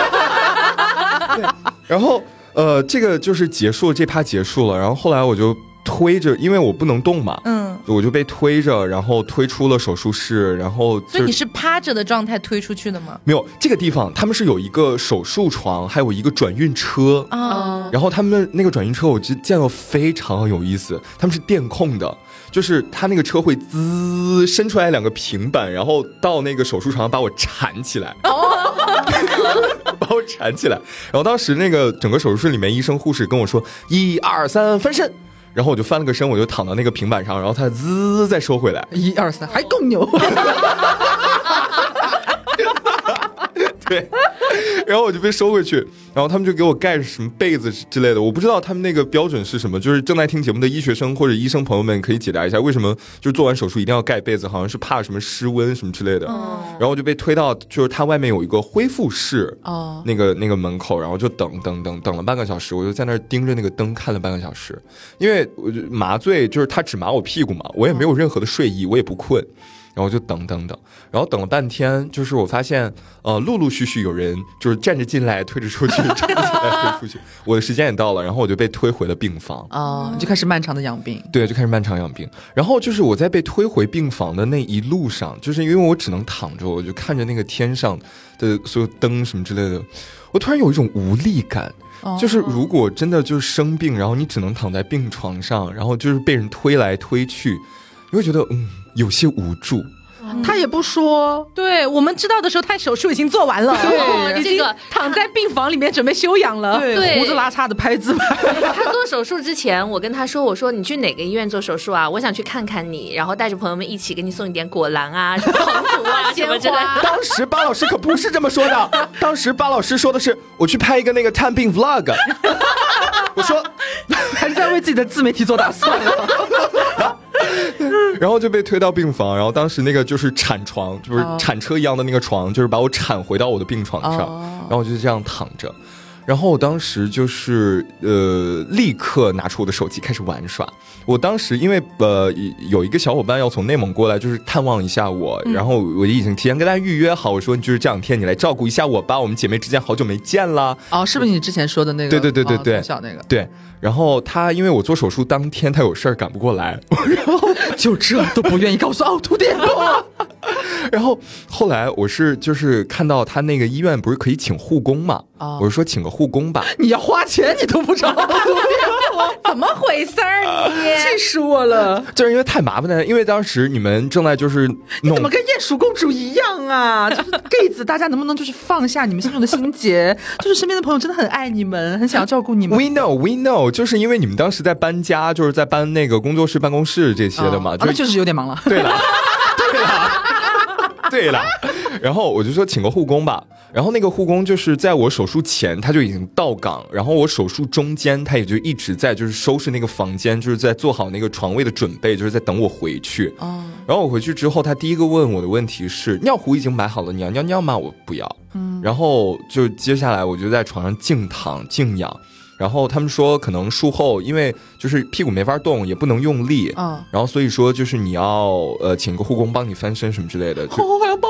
然后这个就是结束，这趴结束了。然后后来我就推着，因为我不能动嘛，我就被推着，然后推出了手术室。然后所以你是趴着的状态推出去的吗？ 没有，这个地方他们是有一个手术床，还有一个转运车然后他们那个转运车我见到非常有意思，他们是电控的，就是他那个车会滋伸出来2个平板，然后到那个手术床把我缠起来，把我缠起来。然后当时那个整个手术室里面医生护士跟我说1、2、3翻身，然后我就翻了个身，我就躺到那个平板上，然后他滋再收回来 ，1、2、3还更牛。 对，然后我就被收回去，然后他们就给我盖什么被子之类的，我不知道他们那个标准是什么，就是正在听节目的医学生或者医生朋友们可以解答一下，为什么就是做完手术一定要盖被子，好像是怕什么失温什么之类的。然后我就被推到就是它外面有一个恢复室那个门口，然后就等了半个小时，我就在那儿盯着那个灯看了半个小时，因为我就麻醉就是他只麻我屁股嘛，我也没有任何的睡意，我也不困。然后就等，然后等了半天，就是我发现，陆陆续续有人就是站着进来，推着出去，站着进来推出去，我的时间也到了，然后我就被推回了病房。 你就开始漫长的养病。 对，就开始漫长养病。然后就是我在被推回病房的那一路上，就是因为我只能躺着，我就看着那个天上的所有灯什么之类的，我突然有一种无力感。就是如果真的就是生病，然后你只能躺在病床上，然后就是被人推来推去，你会觉得有些无助。 他也不说， 对，我们知道的时候他手术已经做完了，已经躺在病房里面准备休养了。 对，胡子拉碴的拍自拍。 他做手术之前，我跟他说，我说你去哪个医院做手术啊？我想去看看你，然后带着朋友们一起给你送一点果篮啊、什么红薯啊什么之类的。 当时巴老师可不是这么说的，当时巴老师说的是我去拍一个那个探病 vlog。我说还是在为自己的自媒体做打算。 然后就被推到病房，然后当时那个就是铲床，就是铲车一样的那个床，就是把我铲回到我的病床上，然后我就这样躺着。然后我当时就是立刻拿出我的手机开始玩耍。我当时因为有一个小伙伴要从内蒙过来，就是探望一下我，然后我已经提前跟他预约好，我说就是这2天你来照顾一下我吧，我们姐妹之间好久没见了。 是不是你之前说的那个？ 对， 从小那个。 对。然后他因为我做手术当天他有事儿赶不过来，然后就这都不愿意告诉凹凸电波。 然后后来我是就是看到他那个医院不是可以请护工嘛，我就说请个护工吧。 你要花钱你都不找凹凸电波， 怎么回事儿？ 气死我了！ 就是因为太麻烦了，因为当时你们正在就是你怎么跟鼹鼠公主一样啊？就是 gay 子，大家能不能就是放下你们心中的心结？就是身边的朋友真的很爱你们，很想要照顾你们。 We know， 就是因为你们当时在搬家，就是在搬那个工作室、办公室这些的嘛。 那确实有点忙了。 对了，然后我就说请个护工吧。然后那个护工就是在我手术前他就已经到岗，然后我手术中间他也就一直在就是收拾那个房间，就是在做好那个床位的准备，就是在等我回去。然后我回去之后，他第一个问我的问题是尿壶已经买好了，你要尿尿吗？我不要。然后就接下来我就在床上静躺静养。然后他们说可能术后因为就是屁股没法动也不能用力，然后所以说就是你要请个护工帮你翻身什么之类的。 还要帮忙翻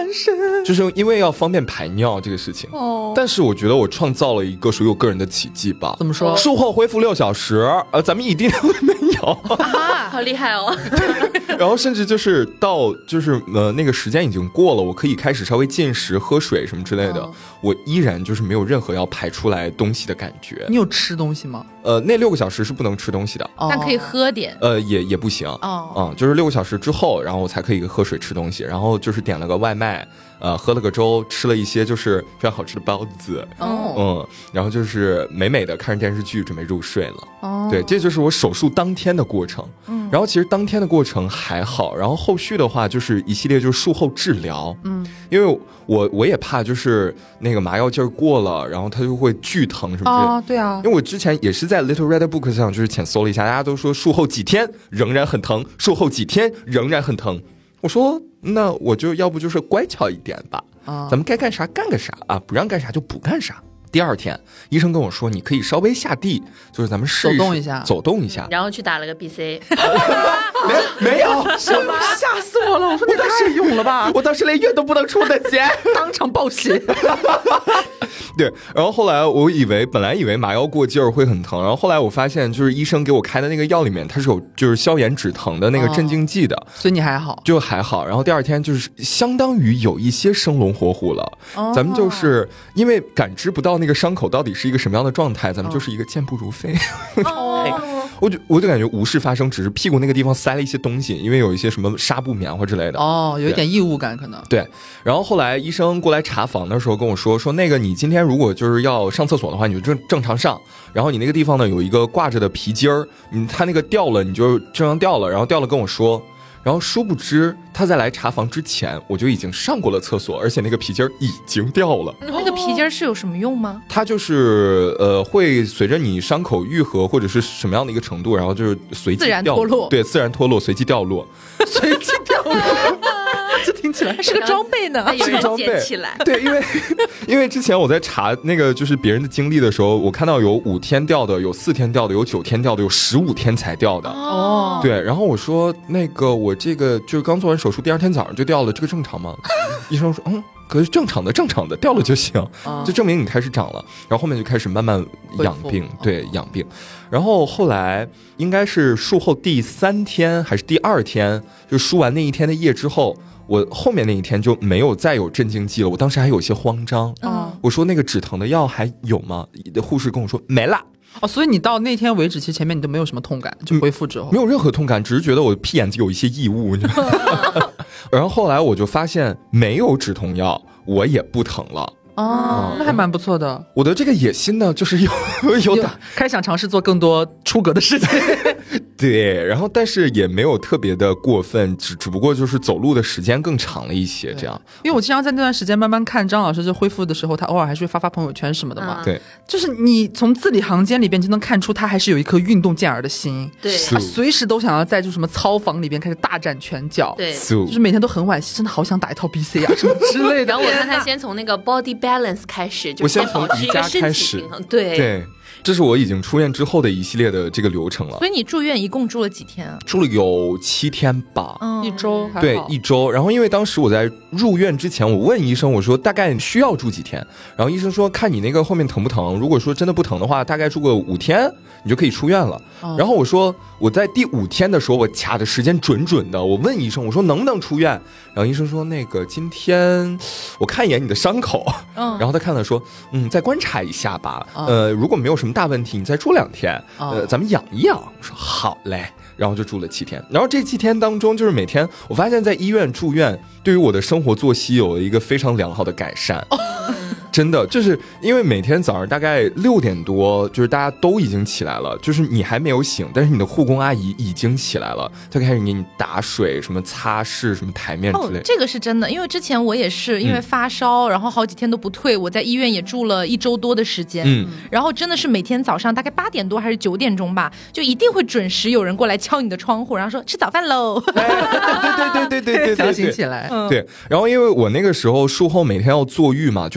翻身， 就是因为要方便排尿这个事情。但是我觉得我创造了一个属于我个人的奇迹吧。 怎么说？ 术后恢复6小时，咱们一定会没有啊，好厉害哦！ 然后甚至就是到就是那个时间已经过了，我可以开始稍微进食、喝水什么之类的，我依然就是没有任何要排出来东西的感觉。 你有吃东西吗？ 那6个小时是不能吃东西的， 但可以喝点。 也不行。就是6个小时之后，然后我才可以喝水吃东西，然后就是点了个外卖。喝了个粥，吃了一些就是非常好吃的包子，然后就是美美的看着电视剧，准备入睡了。对，这就是我手术当天的过程。然后其实当天的过程还好，然后后续的话就是一系列就是术后治疗。因为我也怕就是那个麻药劲儿过了，然后它就会剧疼什么之类的。 对啊， 因为我之前也是在 Little Red Book 上就是浅搜了一下，大家都说术后几天仍然很疼，术后几天仍然很疼。我说那我就要不就是乖巧一点吧，咱们该干啥干个啥啊，不让干啥就不干啥。第2天医生跟我说，你可以稍微下地，就是咱们试一试走动一下， 然后去打了个 BC。 没有， 什么？吓死我了！我说你太勇了吧！ 我当时连院都不能出的钱， 当场报血。 对，然后后来我本来以为麻药过劲儿会很疼，然后后来我发现就是医生给我开的那个药里面它是有就是消炎止疼的那个镇静剂的， 所以你还好， 就还好。然后第2天就是相当于有一些生龙活虎了。咱们就是因为感知不到那个伤口到底是一个什么样的状态，咱们就是一个健步如飞。我就感觉无事发生，只是屁股那个地方塞了一些东西，因为有一些什么纱布棉花之类的。 有一点异物感可能。 对，然后后来医生过来查房的时候跟我说那个你今天如果就是要上厕所的话，你就正常上，然后你那个地方呢有一个挂着的皮筋儿，它那个掉了你就正常掉了，然后掉了跟我说。然后殊不知他在来查房之前我就已经上过了厕所，而且那个皮筋已经掉了。 那个皮筋是有什么用吗？ 它就是会随着你伤口愈合或者是什么样的一个程度，然后就是随机自然脱落。 对，自然脱落，随机掉落。 随机掉落。这听起来是个装备呢， 是个装备起来。 对，因为之前我在查那个就是别人的经历的时候，我看到有5天掉的，有4天掉的，有9天掉的，有15天才掉的。对，然后我说那个我这个就是刚做完手术第2天早上就掉了，这个正常吗？医生说可是正常的掉了就行，就证明你开始长了。然后后面就开始慢慢养病，对，养病。然后后来应该是术后第3天还是第2天，就输完那一天的液之后，我后面那一天就没有再有镇静剂了。我当时还有些慌张，我说那个止疼的药还有吗？护士跟我说没了。 所以你到那天为止，其实前面你都没有什么痛感，就恢复之后没有任何痛感，只是觉得我屁眼子有一些异物。然后后来我就发现没有止痛药，我也不疼了。 那还蛮不错的。 我的这个野心呢，就是有开始想尝试做更多出格的事情。 对，然后但是也没有特别的过分，只不过就是走路的时间更长了一些，这样。 因为我经常在那段时间慢慢看张老师就恢复的时候，他偶尔还是会发朋友圈什么的嘛。 对， 就是你从字里行间里边就能看出他还是有一颗运动健儿的心。 对， 他随时都想要在就什么操房里边开始大展拳脚。 对， 就是每天都很惋惜，真的好想打一套 BC 啊什么之类的。 然后我看他先从那个 body balance 开始，就先从瑜伽开始。对。这是我已经出院之后的一系列的这个流程了。 所以你住院一共住了几天啊？ 住了有7天吧 ，1周还好。 对，1周。然后因为当时我在入院之前，我问医生，我说大概需要住几天？然后医生说看你那个后面疼不疼，如果说真的不疼的话，大概住个5天你就可以出院了。然后我说我在第5天的时候，我卡的时间准的，我问医生，我说能不能出院？然后医生说那个今天我看一眼你的伤口，然后他看了说再观察一下吧，如果没有什么大问题，你再住2天，咱们养一养。我说好嘞，然后就住了7天。然后这7天当中，就是每天我发现在医院住院对于我的生活作息有了一个非常良好的改善。真的就是因为每天早上大概6点多，就是大家都已经起来了，就是你还没有醒，但是你的护工阿姨已经起来了，她开始给你打水，什么擦拭，什么台面之类的。 这个是真的，因为之前我也是因为发烧，然后好几天都不退，我在医院也住了1周多的时间，然后真的是每天早上大概8点多还是9点钟吧，就一定会准时有人过来敲你的窗户，然后说吃早饭喽。 对， 早醒起来。 对，然后因为我那个时候术后每天要坐浴嘛，就是要用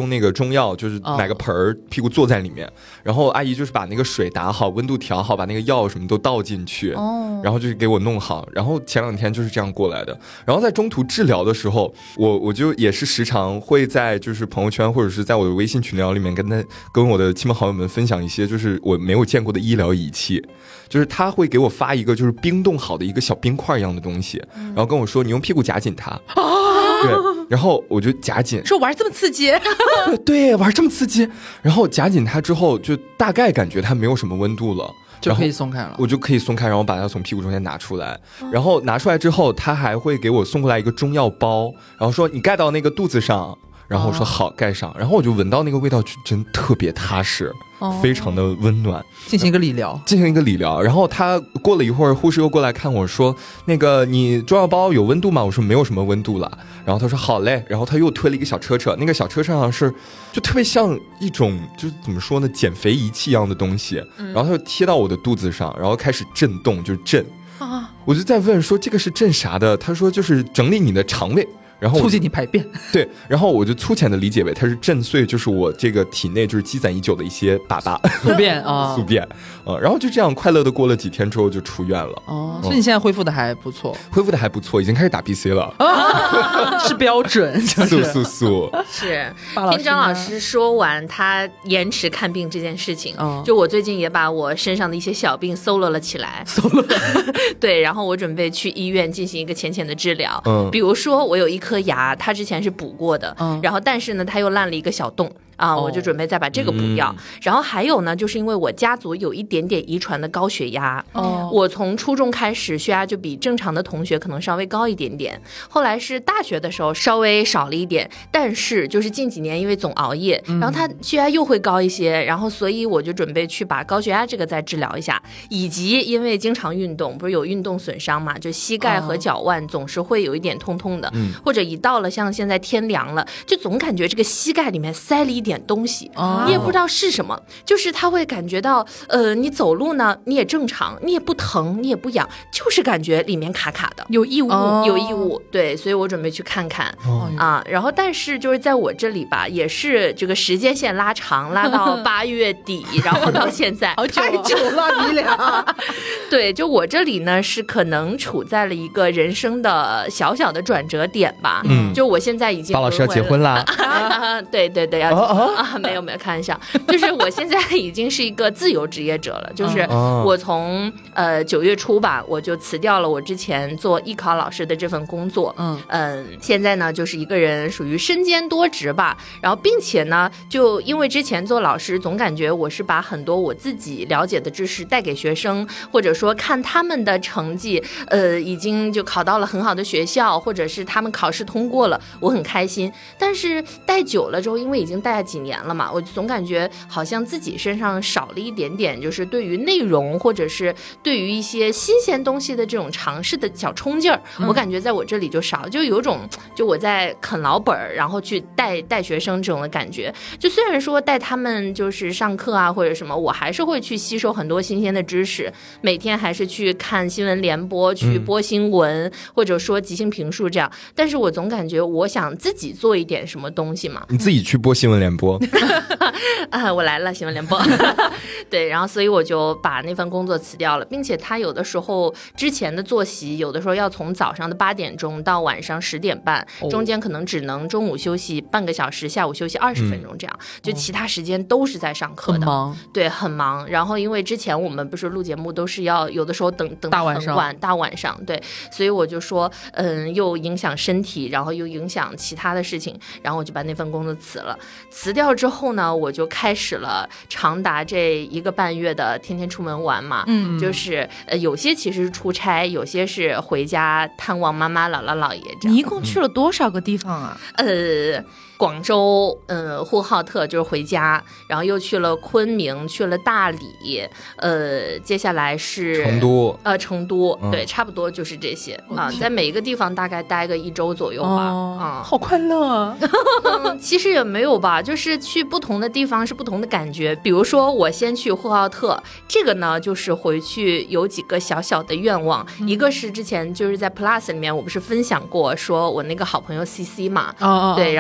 那个中药，就是买个盆儿，屁股坐在里面，然后阿姨就是把那个水打好，温度调好，把那个药什么都倒进去，然后就是给我弄好。然后前2天就是这样过来的。然后在中途治疗的时候，我就也是时常会在就是朋友圈或者是在我的微信群聊里面跟我的亲朋好友们分享一些就是我没有见过的医疗仪器，就是他会给我发一个就是冰冻好的一个小冰块一样的东西，然后跟我说你用屁股夹紧它。对，然后我就夹紧， 说玩这么刺激， 对，玩这么刺激，然后夹紧它之后，就大概感觉它没有什么温度了， 就可以松开了。 我就可以松开，然后把它从屁股中间拿出来，然后拿出来之后，他还会给我送过来一个中药包，然后说你盖到那个肚子上，然后我说好，盖上，然后我就闻到那个味道，就真特别踏实。非常的温暖， 进行一个理疗， 然后他过了一会儿，护士又过来看我说，那个你中药包有温度吗？我说没有什么温度了，然后他说好嘞，然后他又推了一个小车车，那个小车车上是就特别像一种就是怎么说呢，减肥仪器一样的东西，然后他就贴到我的肚子上，然后开始震动，就是震啊，我就在问说这个是震啥的，他说就是整理你的肠胃。然后促进你排便， 对，然后我就粗浅的理解为它是震碎，就是我这个体内就是积攒已久的一些粑粑宿便啊， 宿便，然后就这样快乐的过了几天之后就出院了。 所以你现在恢复的还不错， 已经开始打 BC 了， 是标准， 速。 是听张老师说完他延迟看病这件事情，就我最近也把我身上的一些小病搜罗了起来，对，然后我准备去医院进行一个浅浅的治疗，比如说我有一颗牙，它之前是补过的，然后但是呢，它又烂了一个小洞。我就准备再把这个补掉，然后还有呢，就是因为我家族有一点点遗传的高血压，我从初中开始血压就比正常的同学可能稍微高一点点，后来是大学的时候稍微少了一点，但是就是近几年因为总熬夜，然后他血压又会高一些，然后所以我就准备去把高血压这个再治疗一下，以及因为经常运动，不是有运动损伤嘛，就膝盖和脚腕总是会有一点痛痛的，或者一到了像现在天凉了，就总感觉这个膝盖里面塞了一点东西，你也不知道是什么，就是他会感觉到你走路呢你也正常，你也不疼，你也不痒，就是感觉里面卡卡的， 有异物， 有异物，对，所以我准备去看看然后但是就是在我这里吧，也是这个时间线拉长，拉到8月底，然后到现在太久了你俩对，就我这里呢是可能处在了一个人生的小小的转折点吧，就我现在已经巴老师要结婚啦对，要结婚没有开玩笑，就是我现在已经是一个自由职业者了，就是我从9月初吧，我就辞掉了我之前做艺考老师的这份工作，现在呢就是一个人属于身兼多职吧，然后并且呢就因为之前做老师总感觉我是把很多我自己了解的知识带给学生，或者说看他们的成绩已经就考到了很好的学校，或者是他们考试通过了，我很开心，但是带久了之后，因为已经带了几年了嘛，我总感觉好像自己身上少了一点点，就是对于内容或者是对于一些新鲜东西的这种尝试的小冲劲儿，我感觉在我这里就少，就有种就我在啃老本儿，然后去带学生这种的感觉。就虽然说带他们就是上课啊或者什么，我还是会去吸收很多新鲜的知识，每天还是去看新闻联播，去播新闻，或者说即兴评述这样。但是我总感觉我想自己做一点什么东西嘛。 你自己去播新闻联播我来了新闻联播对，然后所以我就把那份工作辞掉了，并且他有的时候之前的作息有的时候要从早上的8点钟到晚上10点半，中间可能只能中午休息半个小时，下午休息20分钟这样，就其他时间都是在上课的， 很忙， 对，很忙。然后因为之前我们不是录节目都是要有的时候等大晚上很晚，大晚上，对，所以我就说又影响身体，然后又影响其他的事情，然后我就把那份工作辞了。辞掉之后呢，我就开始了长达这1个半月的天天出门玩嘛，就是有些其实是出差，有些是回家探望妈妈姥姥姥爷这样。 你一共去了多少个地方啊？ 广州，呼和浩特就是回家，然后又去了昆明，去了大理，接下来是成都，对，差不多就是这些在每一个地方大概待个1周左右吧， 好快乐其实也没有吧，就是去不同的地方是不同的感觉。比如说我先去呼和浩特，这个呢就是回去有几个小小的愿望，一个是之前就是在 Plus 里面我不是分享过，说我那个好朋友 CC 嘛，对，然后因为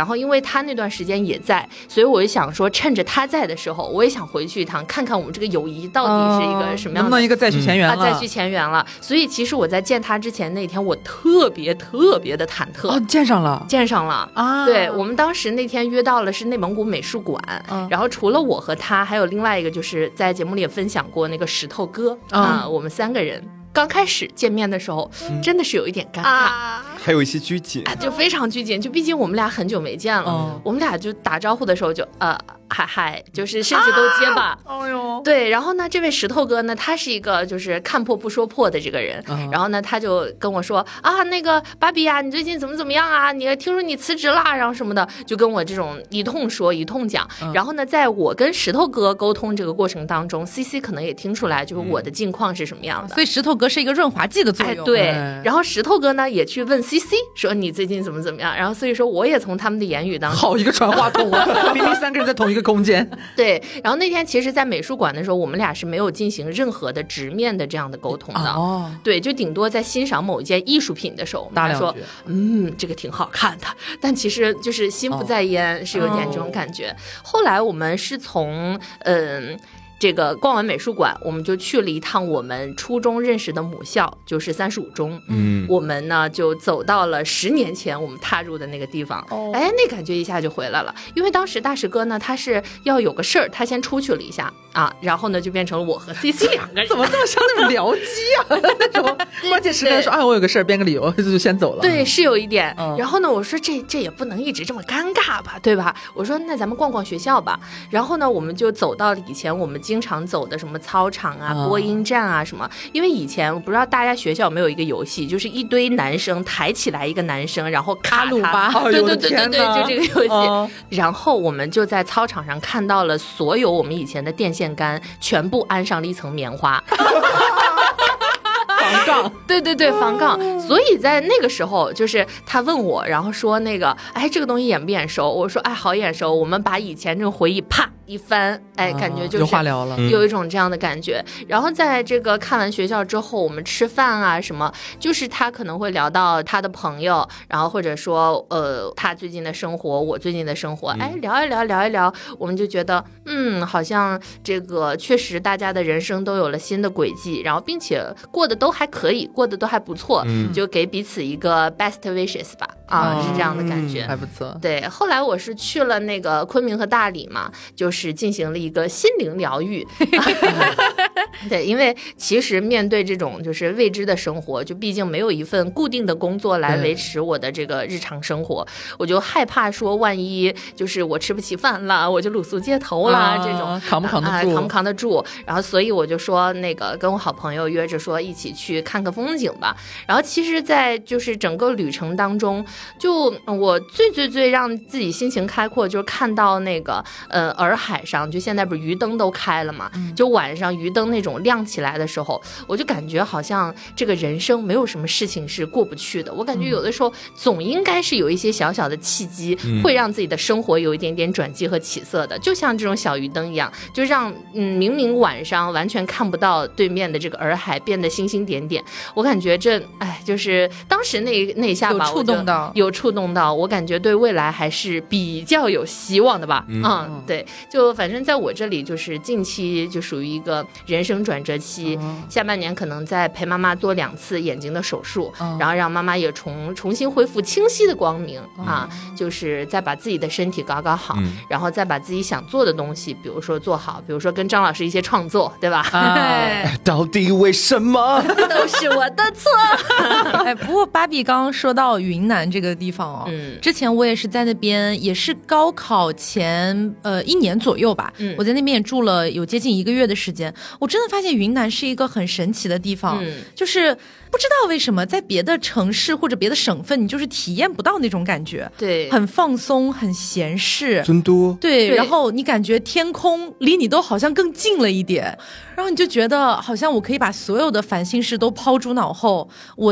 他那段时间也在，所以我就想说，趁着他在的时候，我也想回去一趟，看看我们这个友谊到底是一个什么样的， 能不能一个再续前缘了？ 再续前缘了。所以其实我在见他之前那天，我特别的忐忑。 哦，见上了啊！对，我们当时那天约到了是内蒙古美术馆，然后除了我和他，还有另外一个就是在节目里也分享过那个石头哥我们3个人。刚开始见面的时候，真的是有一点尴尬， 还有一些拘谨， 就非常拘谨。就毕竟我们俩很久没见了，我们俩就打招呼的时候就嗨，就是甚至都结巴。 哎呦， 对，然后呢，这位石头哥呢，他是一个就是看破不说破的这个人，然后呢，他就跟我说那个芭比啊，你最近怎么样啊？你听说你辞职啦，然后什么的，就跟我这种一通说一通讲。然后呢，在我跟石头哥沟通这个过程当中，CC 可能也听出来，就是我的境况是什么样的。 所以石头哥是一个润滑剂的作用。 对，然后石头哥呢也去问 CC 说你最近怎么样，然后所以说我也从他们的言语当中， 好一个传话筒啊！明明3个人在同一个空间。 对，然后那天其实在美术馆的时候，我们俩是没有进行任何的直面的这样的沟通的。对，就顶多在欣赏某一件艺术品的时候，我们俩说这个挺好看的，但其实就是心不在焉，是有点这种感觉。后来我们是从这个逛完美术馆，我们就去了一趟我们初中认识的母校，就是35中。我们呢就走到了10年前我们踏入的那个地方。那感觉一下就回来了，因为当时大石哥呢，他是要有个事儿，他先出去了一下然后呢就变成了我和 CC 2个人。 怎么这么像那种僚机啊？那种关键时刻说我有个事儿，编个理由就先走了。 对，是有一点。然后呢，我说这也不能一直这么尴尬吧，对吧？我说那咱们逛逛学校吧。然后呢，我们就走到了以前我们经常走的什么操场播音站什么。因为以前我不知道大家学校有没有一个游戏，就是一堆男生抬起来一个男生，然后卡鲁巴。 对，就这个游戏。然后我们就在操场上看到了所有我们以前的电线杆全部安上了一层棉花。 防杠， 对，防杠。所以在那个时候，就是他问我，然后说那个，这个东西眼不眼熟？我说，好眼熟。我们把以前这种回忆啪一翻，感觉就是有话聊了， 有一种这样的感觉。然后在这个看完学校之后，我们吃饭什么，就是他可能会聊到他的朋友，然后或者说他最近的生活，我最近的生活，聊一聊，我们就觉得好像这个确实大家的人生都有了新的轨迹，然后并且过得都还可以，过得都还不错，就给彼此一个 best wishes 吧。是这样的感觉， 还不错。 对，后来我是去了那个昆明和大理嘛，就是进行了一个心灵疗愈。对，因为其实面对这种就是未知的生活，就毕竟没有一份固定的工作来维持我的这个日常生活，我就害怕说万一就是我吃不起饭了，我就露宿街头了，这种扛不扛得住？ 然后所以我就说那个跟我好朋友约着说一起去看个风景吧。然后其实在就是整个旅程当中，就我最让自己心情开阔，就是看到那个洱海上，就现在不是鱼灯都开了嘛，就晚上鱼灯那种亮起来的时候，我就感觉好像这个人生没有什么事情是过不去的。我感觉有的时候总应该是有一些小小的契机，会让自己的生活有一点点转机和起色的，就像这种小鱼灯一样，就让明明晚上完全看不到对面的这个洱海变得星星点点。我感觉这就是当时那一下吧，有触动到，我感觉对未来还是比较有希望的吧。对，就反正在我这里就是近期就属于一个人生转折期，下半年可能再陪妈妈做2次眼睛的手术，然后让妈妈也重新恢复清晰的光明就是再把自己的身体搞好，然后再把自己想做的东西比如说做好，比如说跟张老师一些创作，对吧？ 到底为什么都是我的错。 不过芭比刚刚说到云南这个地方之前我也是在那边，也是高考前1年左右吧，我在那边也住了有接近1个月的时间。我真的发现云南是一个很神奇的地方，就是不知道为什么在别的城市或者别的省份你就是体验不到那种感觉。 对， 很放松，很闲适， 真多。 对，然后你感觉天空离你都好像更近了一点，然后你就觉得好像我可以把所有的烦心事都抛诸脑后，我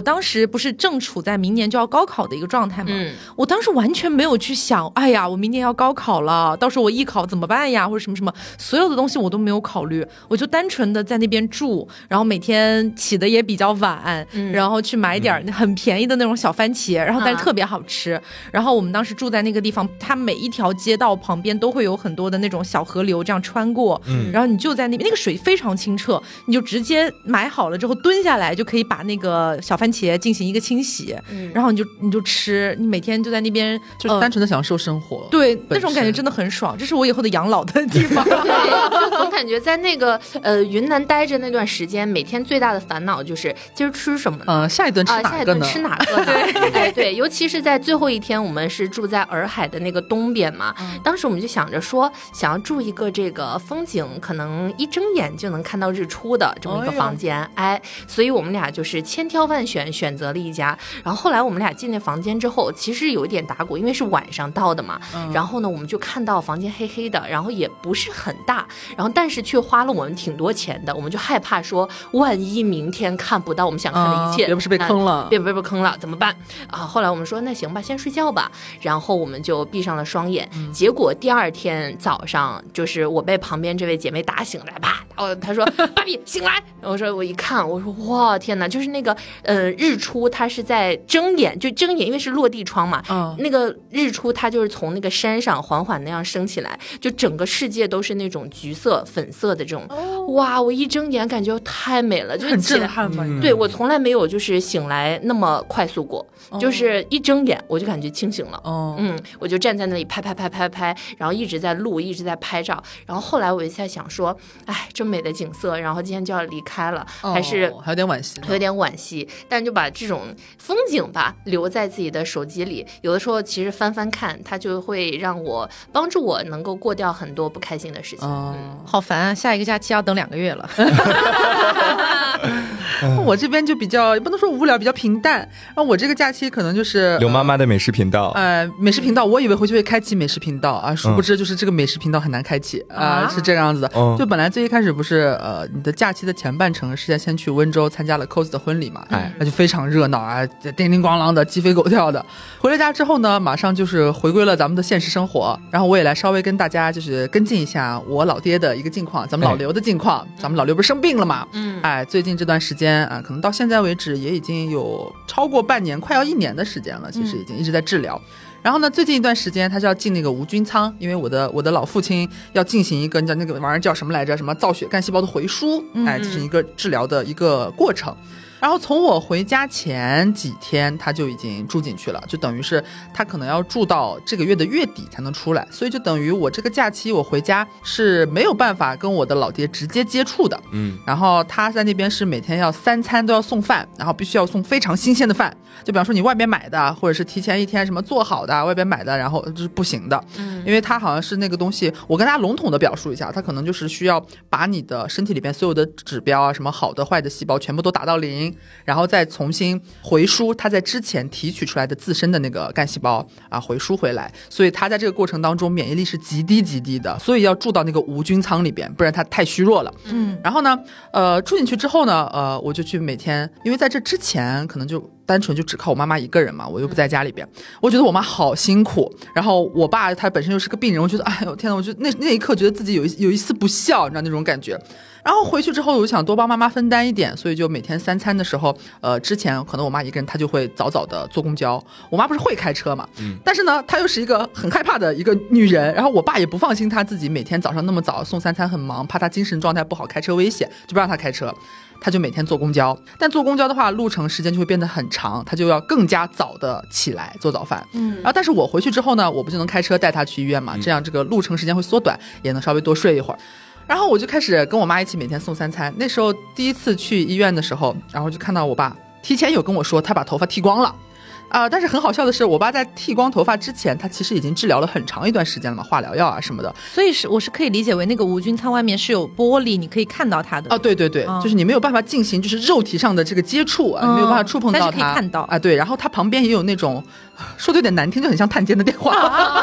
当时不是正处在明年就要高考的一个状态嘛，我当时完全没有去想，哎呀，我明年要高考了，到时候我艺考怎么办呀，或者什么什么，所有的东西我都没有考虑，我就单纯的在那边住，然后每天起的也比较晚，然后去买点很便宜的那种小番茄，然后但是特别好吃。然后我们当时住在那个地方，它每一条街道旁边都会有很多的那种小河流这样穿过，然后你就在那边，那个水非常清澈，你就直接买好了之后蹲下来就可以把那个小番茄进行一个清洗，然后你就吃，你每天就在那边就是单纯的享受生活， 对，那种感觉真的很爽，这是我以后的养老的地方。 对，就总感觉在那个云南待着那段时间，每天最大的烦恼就是今儿吃什么呢？ 下一顿吃哪个呢？ 下一顿吃哪个呢？对，对，尤其是在最后一天，我们是住在洱海的那个东边嘛，当时我们就想着说，想要住一个这个风景可能一睁眼就能看到日出的这么一个房间，所以我们俩就是千挑万选选择了一家。然后后来我们俩进那房间之后，其实有一点打鼓，因为是晚上到的嘛，然后呢我们就看到房间黑黑的，然后也不是很大，然后但是却花了我们挺多钱的，我们就害怕说万一明天看不到我们想看的一切， 别不是被坑了， 别坑了怎么办啊？后来我们说那行吧，先睡觉吧，然后我们就闭上了双眼，结果第二天早上就是我被旁边这位姐妹打醒来，啪，她说芭比醒来，我说我一看，我说哇天哪，就是那个日出它是在睁眼，因为是落地窗嘛，那个日出它就是从那个山上缓缓那样升起来，就整个世界都是那种橘色粉色的这种，哇，我一睁眼感觉太美了，就很震撼嘛， 对，我从来没有就是醒来那么快速过，就是一睁眼我就感觉清醒了，我就站在那里拍，然后一直在录，一直在拍照，然后后来我就在想说，哎，这么美的景色，然后今天就要离开了，还有点惋惜， 但就把这种风景吧留在自己的手机里，有的时候其实翻看，它就会让我帮助我能够过掉很多不开心的事情。 好烦啊！下一个假期要等2个月了。 我这边就比较也不能说无聊，比较平淡。然后我这个假期可能就是刘妈妈的美食频道， 美食频道，我以为回去会开启美食频道啊，殊不知就是这个美食频道很难开启是这个样子的。就本来最一开始不是你的假期的前半程是先去温州参加了 cos 的婚礼嘛，那就非常热闹啊，叮叮咣啷的，鸡飞狗跳的。回了家之后呢，马上就是回归了咱们的现实生活，然后我也来稍微跟大家就是跟进一下我老爹的一个近况，咱们老刘的近况，咱们老刘不是生病了嘛，最近这段时间啊，可能到现在为止也已经有超过半年，快要1年的时间了，其实已经一直在治疗。然后呢，最近一段时间他是要进那个无菌舱，因为我的老父亲要进行一个那个玩意儿叫什么来着，什么造血干细胞的回输，进行一个治疗的一个过程。然后从我回家前几天他就已经住进去了，就等于是他可能要住到这个月的月底才能出来，所以就等于我这个假期我回家是没有办法跟我的老爹直接接触的。然后他在那边是每天要3餐都要送饭，然后必须要送非常新鲜的饭，就比方说你外边买的或者是提前一天什么做好的外边买的，然后就是不行的，因为他好像是那个东西，我跟大家笼统的表述一下，他可能就是需要把你的身体里边所有的指标啊，什么好的坏的细胞全部都打到0，然后再重新回输他在之前提取出来的自身的那个干细胞啊，回输回来，所以他在这个过程当中免疫力是极低的，所以要住到那个无菌舱里边，不然他太虚弱了。然后呢住进去之后呢我就去每天，因为在这之前可能就单纯就只靠我妈妈一个人嘛，我又不在家里边，我觉得我妈好辛苦，然后我爸他本身又是个病人，我觉得哎呦天哪，我就那一刻觉得自己有一丝不孝，你知道那种感觉。然后回去之后我就想多帮妈妈分担一点，所以就每天3餐的时候之前可能我妈一个人她就会早早的坐公交，我妈不是会开车嘛，但是呢她又是一个很害怕的一个女人，然后我爸也不放心她自己每天早上那么早送3餐很忙，怕她精神状态不好开车危险，就不让她开车，他就每天坐公交，但坐公交的话路程时间就会变得很长，他就要更加早的起来做早饭。然后但是我回去之后呢，我不就能开车带他去医院嘛，这样这个路程时间会缩短，也能稍微多睡一会儿。然后我就开始跟我妈一起每天送3餐。那时候第一次去医院的时候，然后就看到我爸提前有跟我说他把头发剃光了但是很好笑的是，我爸在剃光头发之前，他其实已经治疗了很长一段时间了嘛，化疗药啊什么的。 所以我是可以理解为那个无菌舱外面是有玻璃，你可以看到它的。 对，就是你没有办法进行就是肉体上的这个接触你没有办法触碰到它， 但是可以看到对，然后它旁边也有那种说的有点难听，就很像探监的电话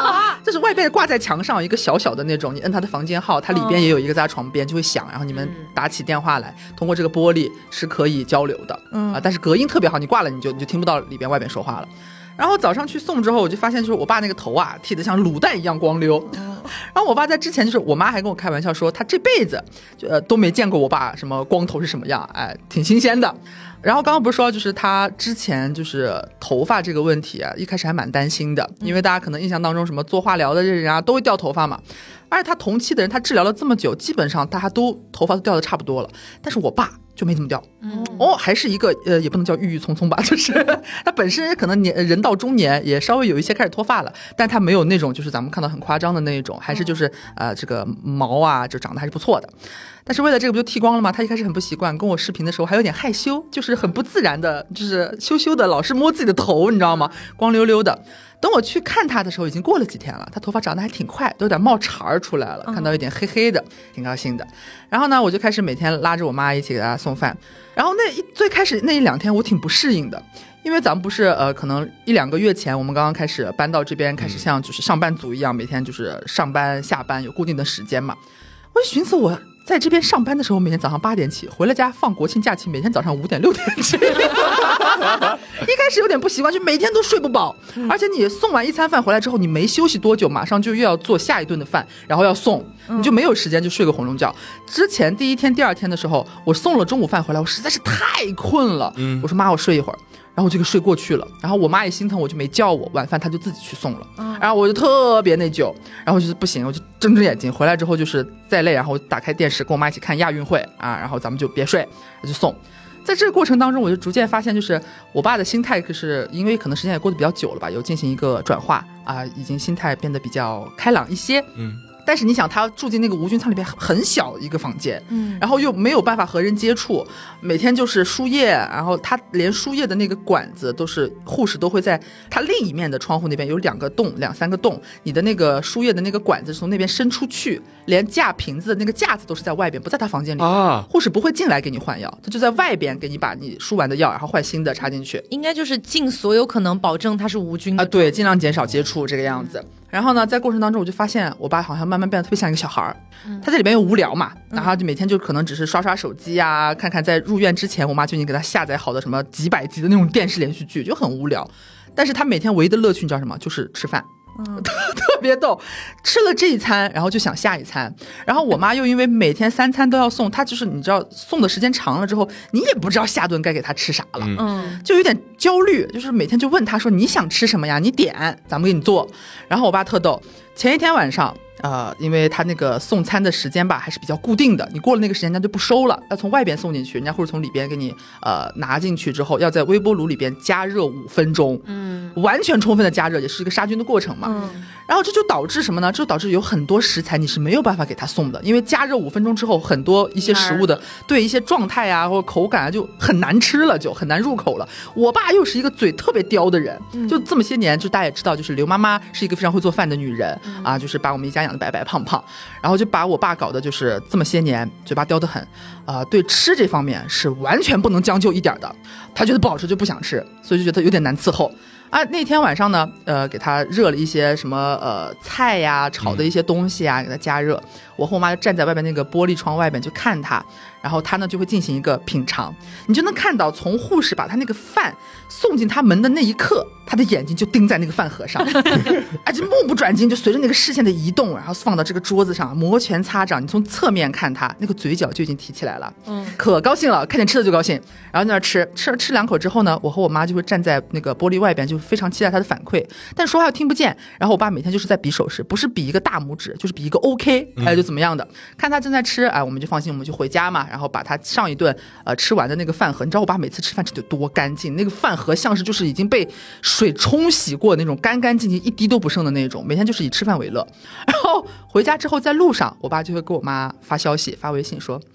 就是外边挂在墙上一个小小的那种，你摁他的房间号，他里边也有一个在床边就会响，然后你们打起电话来，通过这个玻璃是可以交流的，但是隔音特别好，你挂了你就听不到里边外边说话了。然后早上去送之后，我就发现就是我爸那个头啊剃得像卤蛋一样光溜。然后我爸在之前就是我妈还跟我开玩笑说，他这辈子都没见过我爸什么光头是什么样，哎，挺新鲜的。然后刚刚不是说就是他之前就是头发这个问题啊，一开始还蛮担心的，因为大家可能印象当中什么做化疗的人啊都会掉头发嘛，而且他同期的人他治疗了这么久，基本上大家都头发都掉的差不多了，但是我爸就没怎么掉。还是一个也不能叫郁郁葱葱吧，就是他本身可能人到中年也稍微有一些开始脱发了，但他没有那种就是咱们看到很夸张的那一种，还是就是这个毛啊就长得还是不错的。但是为了这个不就剃光了吗？他一开始很不习惯，跟我视频的时候还有点害羞，就是很不自然的，就是羞羞的老是摸自己的头，你知道吗？光溜溜的。等我去看他的时候已经过了几天了，他头发长得还挺快，都有点冒茬出来了，看到有点黑黑的，挺高兴的。然后呢我就开始每天拉着我妈一起给他送饭。然后最开始那一两天我挺不适应的，因为咱们不是可能1-2个月前我们刚刚开始搬到这边，开始像就是上班族一样，每天就是上班下班有固定的时间嘛。我就寻思我在这边上班的时候每天早上8点起，回了家放国庆假期每天早上5点6点起。一开始有点不习惯，就每天都睡不饱，而且你送完一餐饭回来之后你没休息多久，马上就又要做下一顿的饭，然后要送，你就没有时间就睡个红笼觉。之前第一天第二天的时候我送了中午饭回来，我实在是太困了，我说妈我睡一会儿，然后我这个睡过去了，然后我妈也心疼我就没叫我，晚饭她就自己去送了，然后我就特别内疚，然后就是不行，我就睁着眼睛回来之后就是再累，然后打开电视跟我妈一起看亚运会啊，然后咱们就别睡就送。在这个过程当中我就逐渐发现，就是我爸的心态就是因为可能时间也过得比较久了吧，有进行一个转化啊，已经心态变得比较开朗一些。但是你想他住进那个无菌舱里边很小一个房间，然后又没有办法和人接触，每天就是输液，然后他连输液的那个管子都是护士都会在他另一面的窗户那边有2个洞2-3个洞，你的那个输液的那个管子从那边伸出去，连架瓶子的那个架子都是在外边，不在他房间里护士不会进来给你换药，他就在外边给你把你输完的药然后换新的插进去， 应该就是尽所有可能保证它是无菌的对，尽量减少接触这个样子。然后呢在过程当中我就发现我爸好像慢慢变得特别像一个小孩，他在里边又无聊嘛，然后就每天就可能只是刷刷手机啊，看看在入院之前我妈就已经给他下载好的什么几百集的那种电视连续剧，就很无聊。但是他每天唯一的乐趣你知道什么？就是吃饭。特别逗，吃了这一餐然后就想下一餐，然后我妈又因为每天3餐都要送，她就是你知道送的时间长了之后你也不知道下顿该给她吃啥了，就有点焦虑，就是每天就问她说你想吃什么呀，你点咱们给你做。然后我爸特逗，前一天晚上因为他那个送餐的时间吧还是比较固定的，你过了那个时间人家就不收了，要从外边送进去，人家或者从里边给你拿进去之后要在微波炉里边加热5分钟，完全充分的加热，也是一个杀菌的过程嘛。然后这就导致什么呢？这就导致有很多食材你是没有办法给他送的，因为加热5分钟之后很多一些食物的对一些状态啊或者口感啊就很难吃了，就很难入口了。我爸又是一个嘴特别刁的人，就这么些年就大家也知道，就是刘妈妈是一个非常会做饭的女人啊，就是把我们一家养得白白胖胖，然后就把我爸搞得就是这么些年嘴巴刁得很，对吃这方面是完全不能将就一点的，他觉得不好吃就不想吃，所以就觉得有点难伺候啊。那天晚上呢给他热了一些什么菜呀炒的一些东西啊给他加热，我和我妈就站在外边那个玻璃窗外边就看他，然后他呢就会进行一个品尝，你就能看到从护士把他那个饭送进他门的那一刻，他的眼睛就盯在那个饭盒上而且目不转睛，就随着那个视线的移动，然后放到这个桌子上摩拳擦掌，你从侧面看他那个嘴角就已经提起来了，可高兴了，看见吃的就高兴，然后在那吃2口之后呢，我和我妈就会站在那个玻璃外边，就非常期待他的反馈，但说话又听不见，然后我爸每天就是在比手势，不是比一个大拇指就是比一个 OK 就怎么样的，看他正在吃我们就放心，我们就回家嘛，然后把他上一顿吃完的那个饭盒，你知道我爸每次吃饭吃得多干净，那个饭盒像是就是已经被水冲洗过那种干干净净一滴都不剩的那种，每天就是以吃饭为乐。然后回家之后在路上我爸就会给我妈发消息发微信说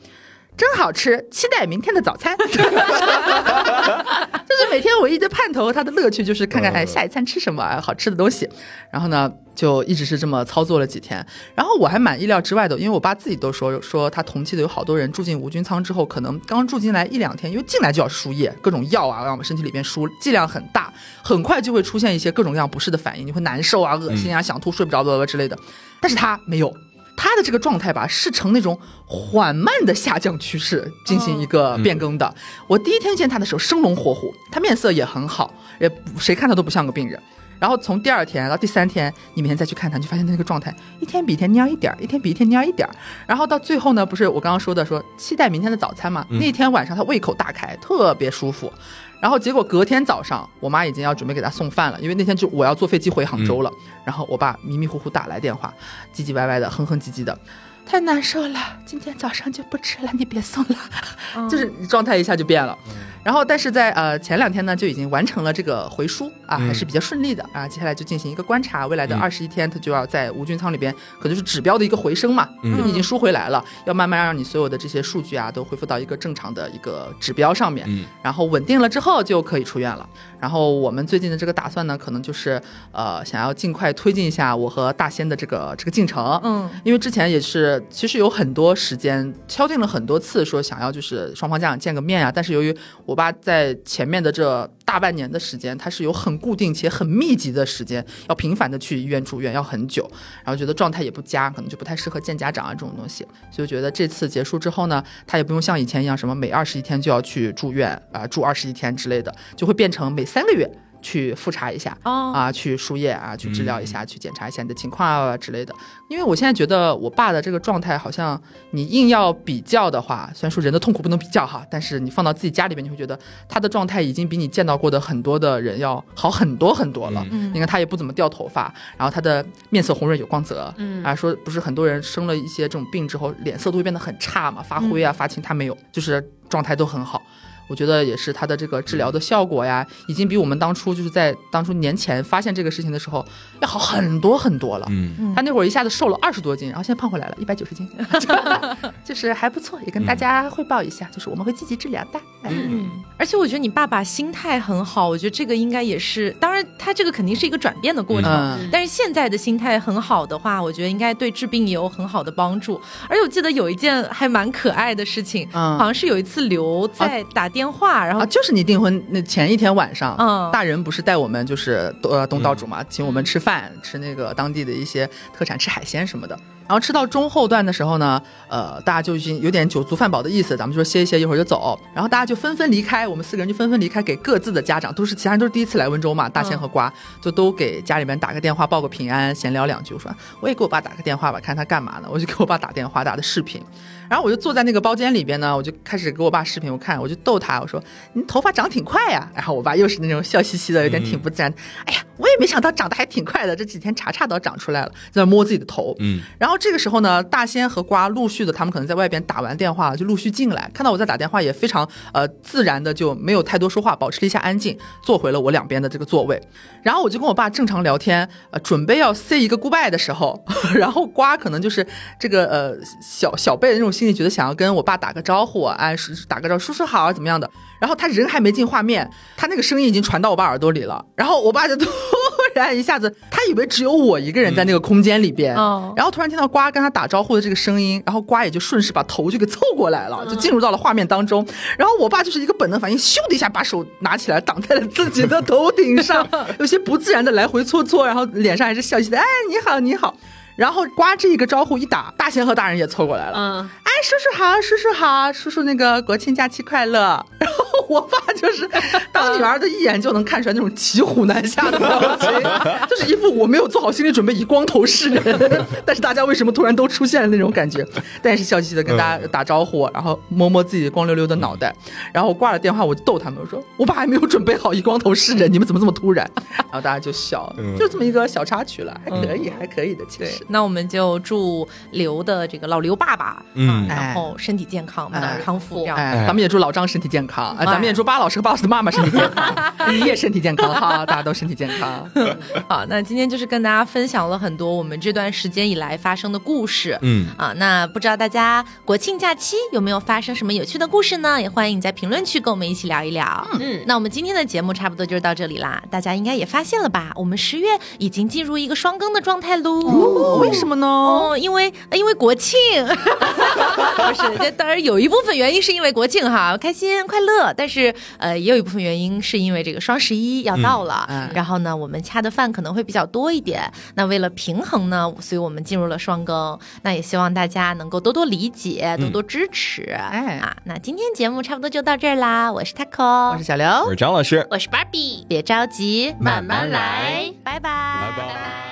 真好吃，期待明天的早餐。就是每天唯一的盼头，他的乐趣就是看看下一餐吃什么好吃的东西。然后呢，就一直是这么操作了几天。然后我还蛮意料之外的，因为我爸自己都说他同期的有好多人住进无菌舱之后，可能刚住进来1-2天，因为进来就要输液，各种药啊往我们身体里边输，剂量很大，很快就会出现一些各种各样不适的反应，你会难受啊、恶心啊、想吐、睡不着之类的。但是他没有。他的这个状态吧，是呈那种缓慢的下降趋势进行一个变更的。我第一天见他的时候生龙活虎，他面色也很好，谁看他都不像个病人。然后从第2天到第3天，你每天再去看他，你就发现他那个状态一天比一天蔫一点，一天比一天蔫一点。然后到最后呢，不是我刚刚说的说期待明天的早餐嘛？那天晚上他胃口大开，特别舒服。然后结果隔天早上，我妈已经要准备给他送饭了，因为那天就我要坐飞机回杭州了。然后我爸迷迷糊糊打来电话，唧唧歪歪的，哼哼唧唧的，太难受了，今天早上就不吃了，你别送了。就是状态一下就变了。然后但是在前2天呢，就已经完成了这个回输啊，还是比较顺利的啊。接下来就进行一个观察，未来的21天，他就要在无菌舱里边，可能是指标的一个回升嘛，就你已经输回来了，要慢慢让你所有的这些数据啊都恢复到一个正常的一个指标上面，然后稳定了之后就可以出院了。然后我们最近的这个打算呢，可能就是想要尽快推进一下我和大仙的这个进程，因为之前也是其实有很多时间敲定了很多次，说想要就是双方家长见个面啊，但是由于我爸在前面的这大半年的时间，他是有很固定且很密集的时间，要频繁的去医院住院，要很久，然后觉得状态也不佳，可能就不太适合见家长啊这种东西，所以觉得这次结束之后呢，他也不用像以前一样什么每21天就要去住院住21天之类的，就会变成每3个月去复查一下去输液啊，去治疗一下，去检查一下你的情况啊之类的。因为我现在觉得我爸的这个状态，好像你硬要比较的话，虽然说人的痛苦不能比较哈，但是你放到自己家里边，你会觉得他的状态已经比你见到过的很多的人要好很多很多了。你看他也不怎么掉头发，然后他的面色红润有光泽，说不是很多人生了一些这种病之后脸色都会变得很差嘛，发灰啊发青，他没有，就是状态都很好。我觉得也是他的这个治疗的效果呀，已经比我们当初就是在当初年前发现这个事情的时候要好很多很多了。他那会儿一下子瘦了20多斤，然后现在胖回来了190斤，就是还不错，也跟大家汇报一下，就是我们会积极治疗的。 而且我觉得你爸爸心态很好，我觉得这个应该也是，当然他这个肯定是一个转变的过程，但是现在的心态很好的话，我觉得应该对治病也有很好的帮助。而且我记得有一件还蛮可爱的事情，好像是有一次刘在打电话，然后就是你订婚那前一天晚上，大人不是带我们就是东道主嘛，请我们吃饭，吃那个当地的一些特产，吃海鲜什么的。然后吃到中后段的时候呢，大家就已经有点酒足饭饱的意思，咱们就说歇一歇，一会儿就走。然后大家就纷纷离开，我们4个人就纷纷离开，给各自的家长，其他人都是第一次来温州嘛，大仙和瓜就都给家里面打个电话报个平安，闲聊2句。我说我也给我爸打个电话吧，看他干嘛呢，我就给我爸打电话，打的视频。然后我就坐在那个包间里边呢，我就开始给我爸视频，我看我就逗他，我说你头发长挺快呀。然后我爸又是那种笑嘻嘻的，有点挺不自然。哎呀，我也没想到长得还挺快的，这几天查都长出来了，在那摸自己的头。然后这个时候呢，大仙和瓜陆续的，他们可能在外边打完电话就陆续进来，看到我在打电话，也非常自然的就没有太多说话，保持了一下安静，坐回了我两边的这个座位。然后我就跟我爸正常聊天，准备要 say 一个 goodbye 的时候，然后瓜可能就是这个小辈的那种心里觉得想要跟我爸打个招呼，打个招呼，叔叔好啊怎么样的。然后他人还没进画面，他那个声音已经传到我爸耳朵里了，然后我爸就突然一下子，他以为只有我一个人在那个空间里边，然后突然听到瓜跟他打招呼的这个声音，然后瓜也就顺势把头就给凑过来了，就进入到了画面当中。然后我爸就是一个本能反应，咻的一下把手拿起来挡在了自己的头顶上，有些不自然的来回搓搓，然后脸上还是笑嘻嘻的，哎，你好你好。然后瓜这一个招呼一打，大仙和大人也凑过来了，哎，叔叔好，叔叔好，叔叔那个国庆假期快乐。然后我爸就是当女儿的一眼就能看出来那种骑虎难下的表情，就是一副我没有做好心理准备以光头示人，但是大家为什么突然都出现了那种感觉，但是笑嘻嘻的跟大家打招呼，然后摸摸自己光溜溜的脑袋。然后我挂了电话，我就逗他们，我说我爸还没有准备好以光头示人，你们怎么这么突然？然后大家就笑，就这么一个小插曲了，还可以，还可以的。其实那我们就祝刘的这个老刘爸爸，然后身体健康，康复这样。 咱们也祝老张身体健康啊， 咱们也祝巴老师和巴老师的妈妈身体健康，你也身体健康哈，大家都身体健康。 好，那今天就是跟大家分享了很多我们这段时间以来发生的故事。那不知道大家国庆假期有没有发生什么有趣的故事呢？也欢迎你在评论区跟我们一起聊一聊。那我们今天的节目差不多就是到这里啦，大家应该也发现了吧，我们10月已经进入一个双更的状态喽。 为什么呢？ 因为国庆。不是，这当然有一部分原因是因为国庆哈，开心快乐，但是也有一部分原因是因为这个双11要到了，然后呢我们掐的饭可能会比较多一点，那为了平衡呢，所以我们进入了双更，那也希望大家能够多多理解，多多支持。那今天节目差不多就到这儿啦，我是 Taco， 我是小刘， 我是张老师， 我是 Barbie， 别着急， 慢慢来， 拜拜， 拜拜。